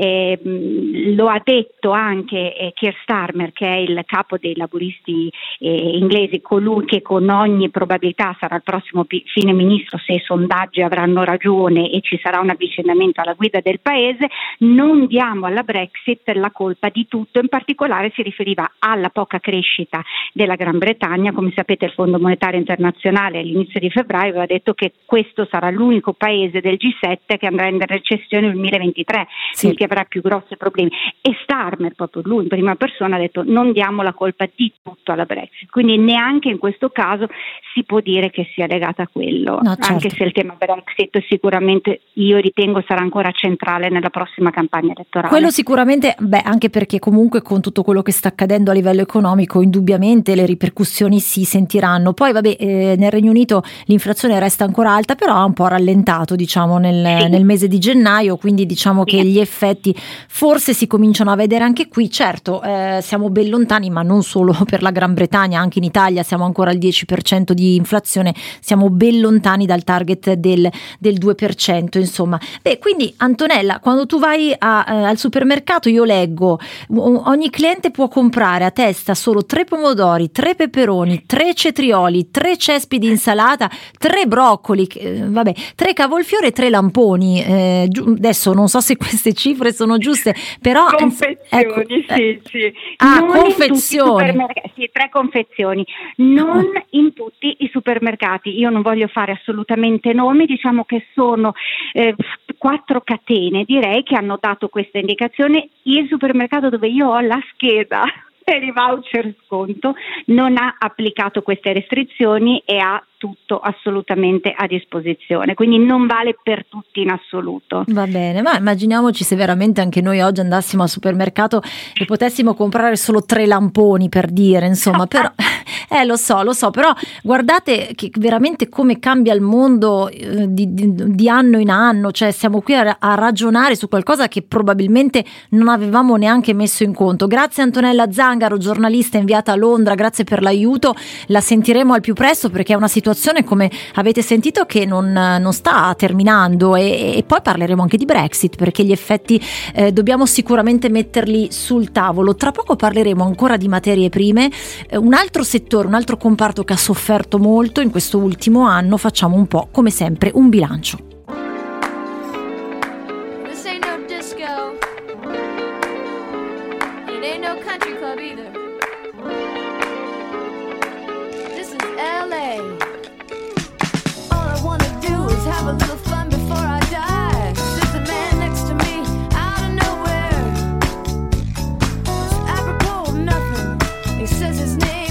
lo ha detto anche Keir Starmer, che è il capo dei laburisti inglesi, colui che con ogni probabilità sarà il prossimo fine ministro se i sondaggi avranno ragione e ci sarà un avvicinamento alla guida del paese. Non diamo alla Brexit la colpa di tutto, in particolare si riferiva alla poca crescita della Gran Bretagna. Come sapete, il Fondo Monetario Internazionale all'inizio di febbraio aveva detto che questo sarà l'unico paese del G7 che andrà in recessione nel 2023, quindi che avrà più grossi problemi. E Starmer, proprio lui in prima persona, ha detto: non diamo la colpa di tutto alla Brexit. Quindi neanche in questo caso si può dire che sia legata a quello, anche se il tema Brexit sicuramente, io ritengo, sarà ancora centrale nella prossima campagna elettorale. Quello sicuramente, anche perché comunque con tutto quello che sta accadendo a livello economico indubbiamente le ripercussioni si sentiranno. Poi nel Regno Unito l'inflazione resta ancora alta, però ha un po' rallentato, diciamo, nel mese di gennaio, quindi diciamo che gli effetti forse si cominciano a vedere anche qui. Certo, siamo ben lontani, ma non solo per la Gran Bretagna, anche in Italia siamo ancora al 10% di inflazione, siamo ben lontani dal target del 2%, insomma. Quindi Antonella, quando tu vai al supermercato, io leggo: ogni cliente può comprare a testa solo 3 pomodori, 3 peperoni, 3 cetrioli, 3 cespi di insalata, 3 broccoli, 3 cavolfiore e 3 lamponi. Adesso non so se queste cifre sono giuste, però confezioni, sì. Non confezioni. 3 confezioni, non in tutti i supermercati. Io non voglio fare assolutamente nomi, diciamo che sono 4 catene, direi, che hanno dato questa indicazione. Il supermercato dove io ho la scheda per i voucher sconto non ha applicato queste restrizioni e ha tutto assolutamente a disposizione, quindi non vale per tutti in assoluto. Va bene, ma immaginiamoci se veramente anche noi oggi andassimo al supermercato e potessimo comprare solo 3 lamponi, per dire, insomma. Però lo so, però guardate che veramente come cambia il mondo di anno in anno, cioè siamo qui a ragionare su qualcosa che probabilmente non avevamo neanche messo in conto. Grazie Antonella Zangaro, giornalista inviata a Londra, grazie per l'aiuto, la sentiremo al più presto perché è una situazione, come avete sentito, che non sta terminando, e poi parleremo anche di Brexit, perché gli effetti dobbiamo sicuramente metterli sul tavolo. Tra poco parleremo ancora di materie prime, un altro settore, un altro comparto che ha sofferto molto in questo ultimo anno. Facciamo un po', come sempre, un bilancio. This ain't no disco. It ain't no country club either. This is LA. All I wanna do is have a little fun before I die. There's a man next to me out of nowhere. It's apropos of nothing. He says his name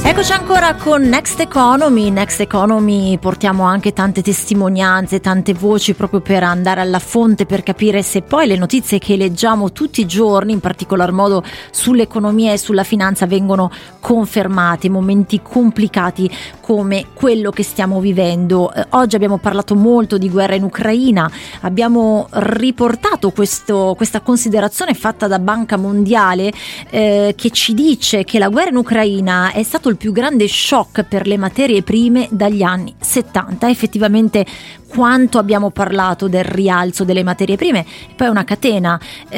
Eccoci ancora con Next Economy. Next Economy portiamo anche tante testimonianze, tante voci proprio per andare alla fonte, per capire se poi le notizie che leggiamo tutti i giorni, in particolar modo sull'economia e sulla finanza, vengono confermate. Momenti complicati come quello che stiamo vivendo. Oggi abbiamo parlato molto di guerra in Ucraina, abbiamo riportato questa considerazione fatta da Banca Mondiale che ci dice che la guerra in Ucraina è stato il più grande shock per le materie prime dagli anni 70. Effettivamente quanto abbiamo parlato del rialzo delle materie prime, poi è una catena,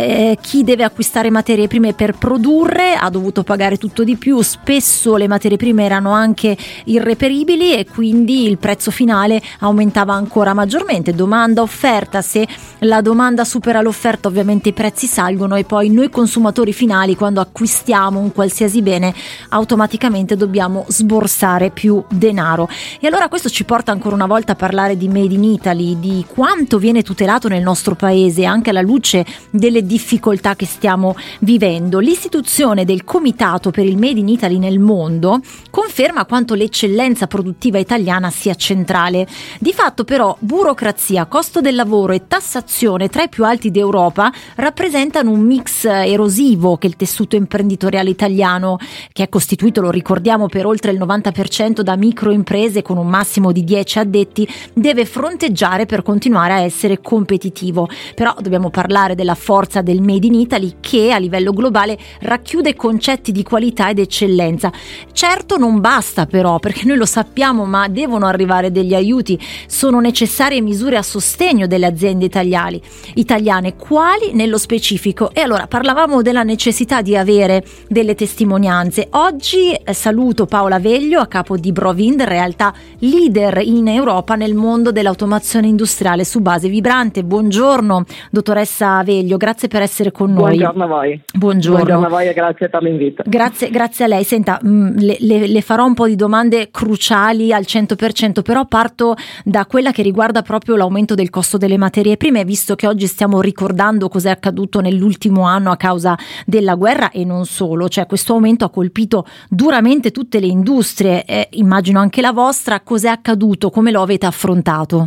chi deve acquistare materie prime per produrre ha dovuto pagare tutto di più, spesso le materie prime erano anche irreperibili e quindi il prezzo finale aumentava ancora maggiormente. Domanda offerta, se la domanda supera l'offerta ovviamente i prezzi salgono e poi noi consumatori finali, quando acquistiamo un qualsiasi bene, automaticamente dobbiamo sborsare più denaro. E allora questo ci porta ancora una volta a parlare di Made in Italy, di quanto viene tutelato nel nostro paese anche alla luce delle difficoltà che stiamo vivendo. L'istituzione del Comitato per il Made in Italy nel mondo conferma quanto l'eccellenza produttiva italiana sia centrale. Di fatto però burocrazia, costo del lavoro e tassazione tra i più alti d'Europa rappresentano un mix erosivo che il tessuto imprenditoriale italiano, che è costituito, lo ricordiamo, per oltre il 90% da microimprese con un massimo di 10 addetti, deve fronteggiare per continuare a essere competitivo. Però dobbiamo parlare della forza del Made in Italy, che a livello globale racchiude concetti di qualità ed eccellenza. Certo non basta però, perché noi lo sappiamo, ma devono arrivare degli aiuti, sono necessarie misure a sostegno delle aziende italiane, quali nello specifico. E allora parlavamo della necessità di avere delle testimonianze. Oggi saluto Paola Veglio, a capo di Brovind, realtà leader in Europa nel mondo dell'automazione industriale su base vibrante. Buongiorno dottoressa Veglio, grazie per essere con noi. Buongiorno a voi. Buongiorno a voi e grazie per l'invito. Grazie a lei. Senta, le farò un po' di domande cruciali al 100%, però parto da quella che riguarda proprio l'aumento del costo delle materie prime, visto che oggi stiamo ricordando cos'è accaduto nell'ultimo anno a causa della guerra e non solo. Cioè, questo aumento ha colpito duramente tutte le industrie, immagino anche la vostra. Cos'è accaduto? Come lo avete affrontato?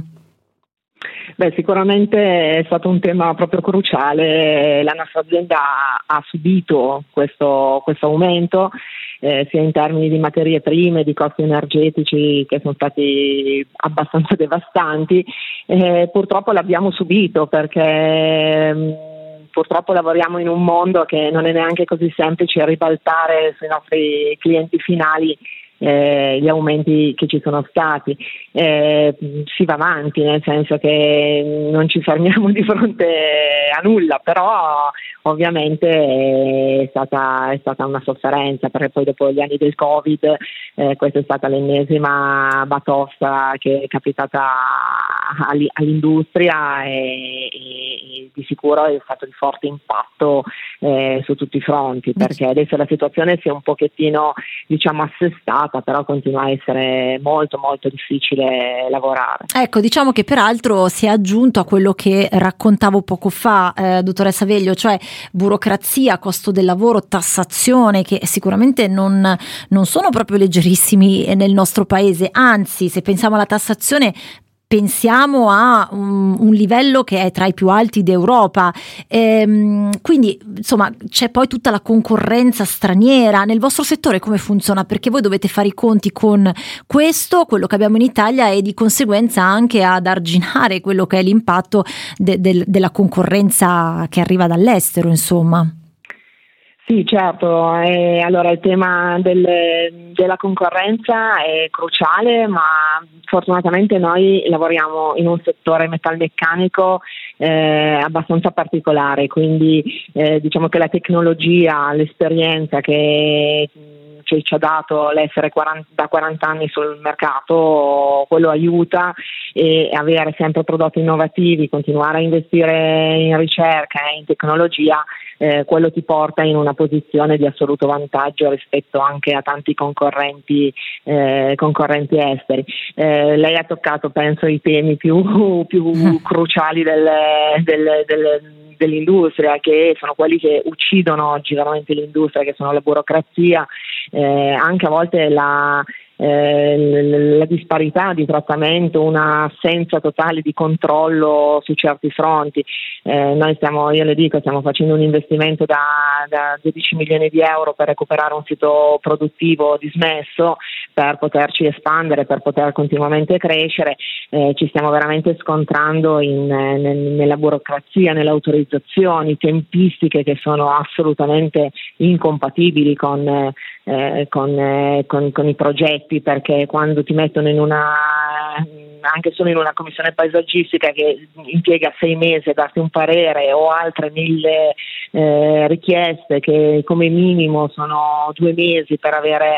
Beh, sicuramente è stato un tema proprio cruciale. La nostra azienda ha subito questo aumento, sia in termini di materie prime, di costi energetici che sono stati abbastanza devastanti. Purtroppo l'abbiamo subito perché purtroppo lavoriamo in un mondo che non è neanche così semplice ribaltare sui nostri clienti finali gli aumenti che ci sono stati. Si va avanti, nel senso che non ci fermiamo di fronte a nulla, però ovviamente è stata una sofferenza, perché poi dopo gli anni del Covid questa è stata l'ennesima batosta che è capitata all'industria e di sicuro è stato di forte impatto su tutti i fronti, perché adesso la situazione si è un pochettino, diciamo, assestata, però continua a essere molto molto difficile lavorare. Ecco, diciamo che peraltro si è aggiunto a quello che raccontavo poco fa, dottoressa Veglio, cioè burocrazia, costo del lavoro, tassazione, che sicuramente non sono proprio leggerissimi nel nostro paese. Anzi, se pensiamo alla tassazione, pensiamo a un livello che è tra i più alti d'Europa, quindi insomma c'è poi tutta la concorrenza straniera. Nel vostro settore come funziona? Perché voi dovete fare i conti con questo, quello che abbiamo in Italia, e di conseguenza anche ad arginare quello che è l'impatto della concorrenza che arriva dall'estero, insomma. Sì, certo. Allora il tema della concorrenza è cruciale, ma fortunatamente noi lavoriamo in un settore metalmeccanico abbastanza particolare, quindi diciamo che la tecnologia, l'esperienza che ci ha dato l'essere da 40 anni sul mercato, quello aiuta, e avere sempre prodotti innovativi, continuare a investire in ricerca e in tecnologia, quello ti porta in una posizione di assoluto vantaggio rispetto anche a tanti concorrenti esteri. Lei ha toccato, penso, i temi più cruciali dell'industria, che sono quelli che uccidono oggi veramente l'industria, che sono la burocrazia anche a volte la disparità di trattamento, un'assenza totale di controllo su certi fronti. Noi io le dico, stiamo facendo un investimento da 12 milioni di euro per recuperare un sito produttivo dismesso, per poterci espandere, per poter continuamente crescere. Ci stiamo veramente scontrando nella burocrazia, nelle autorizzazioni, tempistiche che sono assolutamente incompatibili con i progetti, perché quando ti mettono anche solo in una commissione paesaggistica che impiega 6 mesi a darti un parere, o altre 1000 richieste che come minimo sono 2 mesi per avere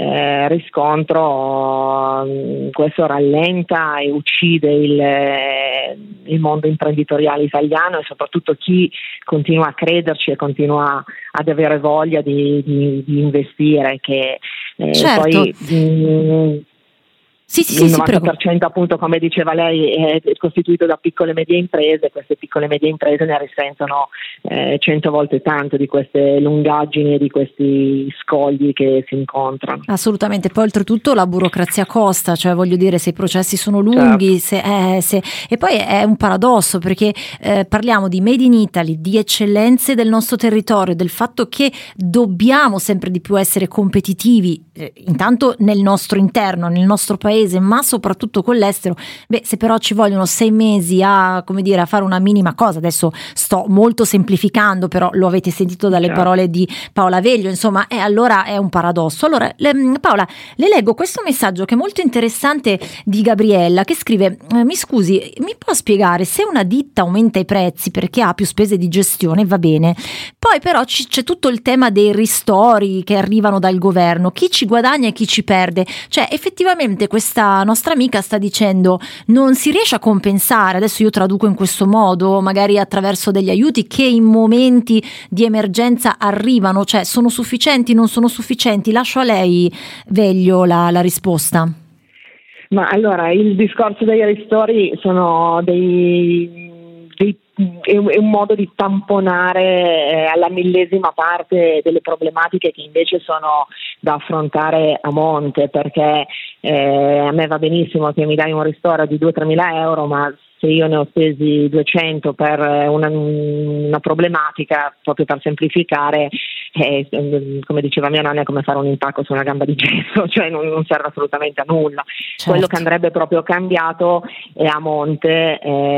riscontro, questo rallenta e uccide il mondo imprenditoriale italiano, e soprattutto chi continua a crederci e continua ad avere voglia di investire, che certo. Poi il 90% appunto, come diceva lei, è costituito da piccole e medie imprese. Queste piccole e medie imprese ne risentono 100 volte tanto di queste lungaggini e di questi scogli che si incontrano. Assolutamente, poi oltretutto la burocrazia costa, cioè voglio dire, se i processi sono lunghi, certo. E poi è un paradosso, perché parliamo di Made in Italy, di eccellenze del nostro territorio, del fatto che dobbiamo sempre di più essere competitivi, intanto nel nostro interno, nel nostro paese, ma soprattutto con l'estero. Se però ci vogliono 6 mesi a fare una minima cosa, adesso sto molto semplificando, però lo avete sentito dalle parole di Paola Veglio, insomma, allora è un paradosso. Allora, Paola, le leggo questo messaggio che è molto interessante di Gabriella, che scrive: mi scusi, mi può spiegare se una ditta aumenta i prezzi perché ha più spese di gestione, va bene, poi però c'è tutto il tema dei ristori che arrivano dal governo, chi ci guadagna e chi ci perde, cioè effettivamente questa nostra amica sta dicendo non si riesce a compensare, adesso io traduco in questo modo, magari attraverso degli aiuti che in momenti di emergenza arrivano, cioè sono sufficienti, non sono sufficienti? Lascio a lei, Veglio, la risposta. Ma allora, il discorso dei ristori sono è un modo di tamponare alla millesima parte delle problematiche che invece sono da affrontare a monte, perché a me va benissimo che mi dai un ristoro di 2-3 mila euro, ma se io ne ho spesi 200 per una problematica, proprio per semplificare, come diceva mia nonna, è come fare un impacco su una gamba di gesso, cioè non serve assolutamente a nulla. Certo. Quello che andrebbe proprio cambiato è a monte,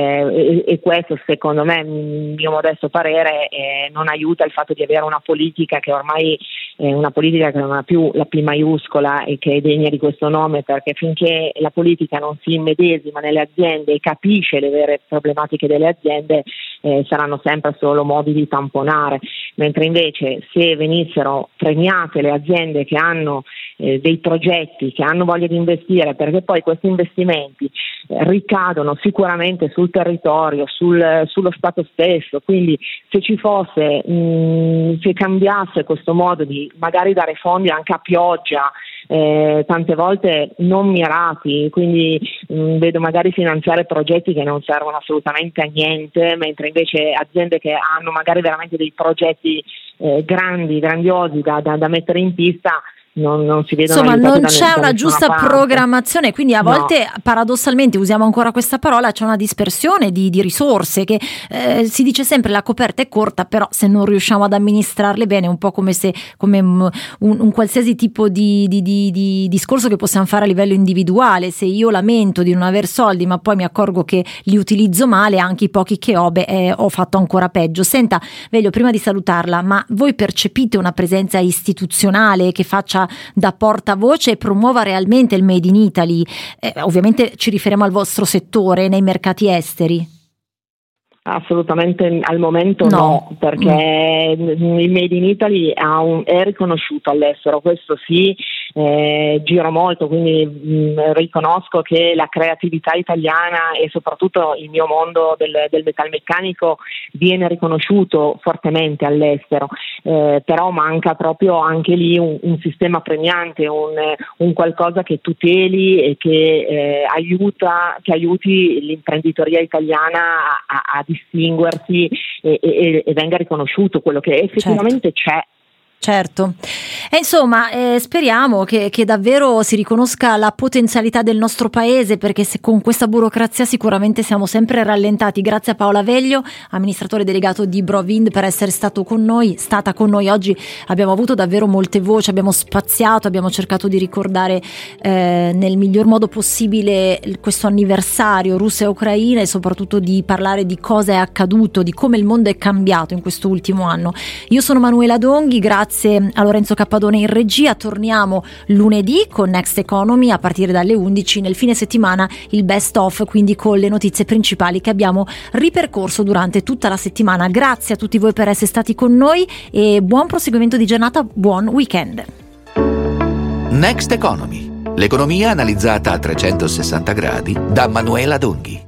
e questo secondo me, mio modesto parere, non aiuta il fatto di avere una politica che ormai è una politica che non ha più la P maiuscola e che è degna di questo nome, perché finché la politica non si immedesima nelle aziende e capisce le vere problematiche delle aziende, saranno sempre solo modi di tamponare, mentre invece se venissero premiate le aziende che hanno dei progetti, che hanno voglia di investire, perché poi questi investimenti ricadono sicuramente sul territorio, sullo Stato stesso, quindi se ci fosse, se cambiasse questo modo di magari dare fondi anche a pioggia, tante volte non mirati, quindi vedo magari finanziare progetti che non servono assolutamente a niente, mentre invece aziende che hanno magari veramente dei progetti grandiosi da mettere in pista non si vedono. Insomma, non c'è una giusta programmazione, quindi a volte paradossalmente, usiamo ancora questa parola, c'è una dispersione di risorse che si dice sempre la coperta è corta, però se non riusciamo ad amministrarle bene è un po' come un qualsiasi tipo di discorso che possiamo fare a livello individuale. Se io lamento di non aver soldi ma poi mi accorgo che li utilizzo male, anche i pochi che ho, ho fatto ancora peggio. Senta Veglio, prima di salutarla, ma voi percepite una presenza istituzionale che faccia da portavoce e promuova realmente il Made in Italy? Ovviamente ci riferiamo al vostro settore nei mercati esteri. Assolutamente al momento no, perché il Made in Italy è riconosciuto all'estero, questo sì, giro molto, quindi riconosco che la creatività italiana e soprattutto il mio mondo del metalmeccanico viene riconosciuto fortemente all'estero, però manca proprio anche lì un sistema premiante, un qualcosa che tuteli e che aiuti l'imprenditoria italiana a distinguersi e venga riconosciuto quello che effettivamente c'è. Certo, e insomma speriamo che davvero si riconosca la potenzialità del nostro paese, perché se con questa burocrazia sicuramente siamo sempre rallentati. Grazie a Paola Veglio, amministratore delegato di Brovind, per essere stata con noi oggi. Abbiamo avuto davvero molte voci, abbiamo spaziato, abbiamo cercato di ricordare nel miglior modo possibile questo anniversario Russia e Ucraina, e soprattutto di parlare di cosa è accaduto, di come il mondo è cambiato in questo ultimo anno. Io sono Manuela Donghi, grazie a Lorenzo Cappadone in regia. Torniamo lunedì con Next Economy a partire dalle 11, nel fine settimana il best of, quindi con le notizie principali che abbiamo ripercorso durante tutta la settimana. Grazie a tutti voi per essere stati con noi e buon proseguimento di giornata, buon weekend. Next Economy, l'economia analizzata a 360 gradi da Manuela Donghi.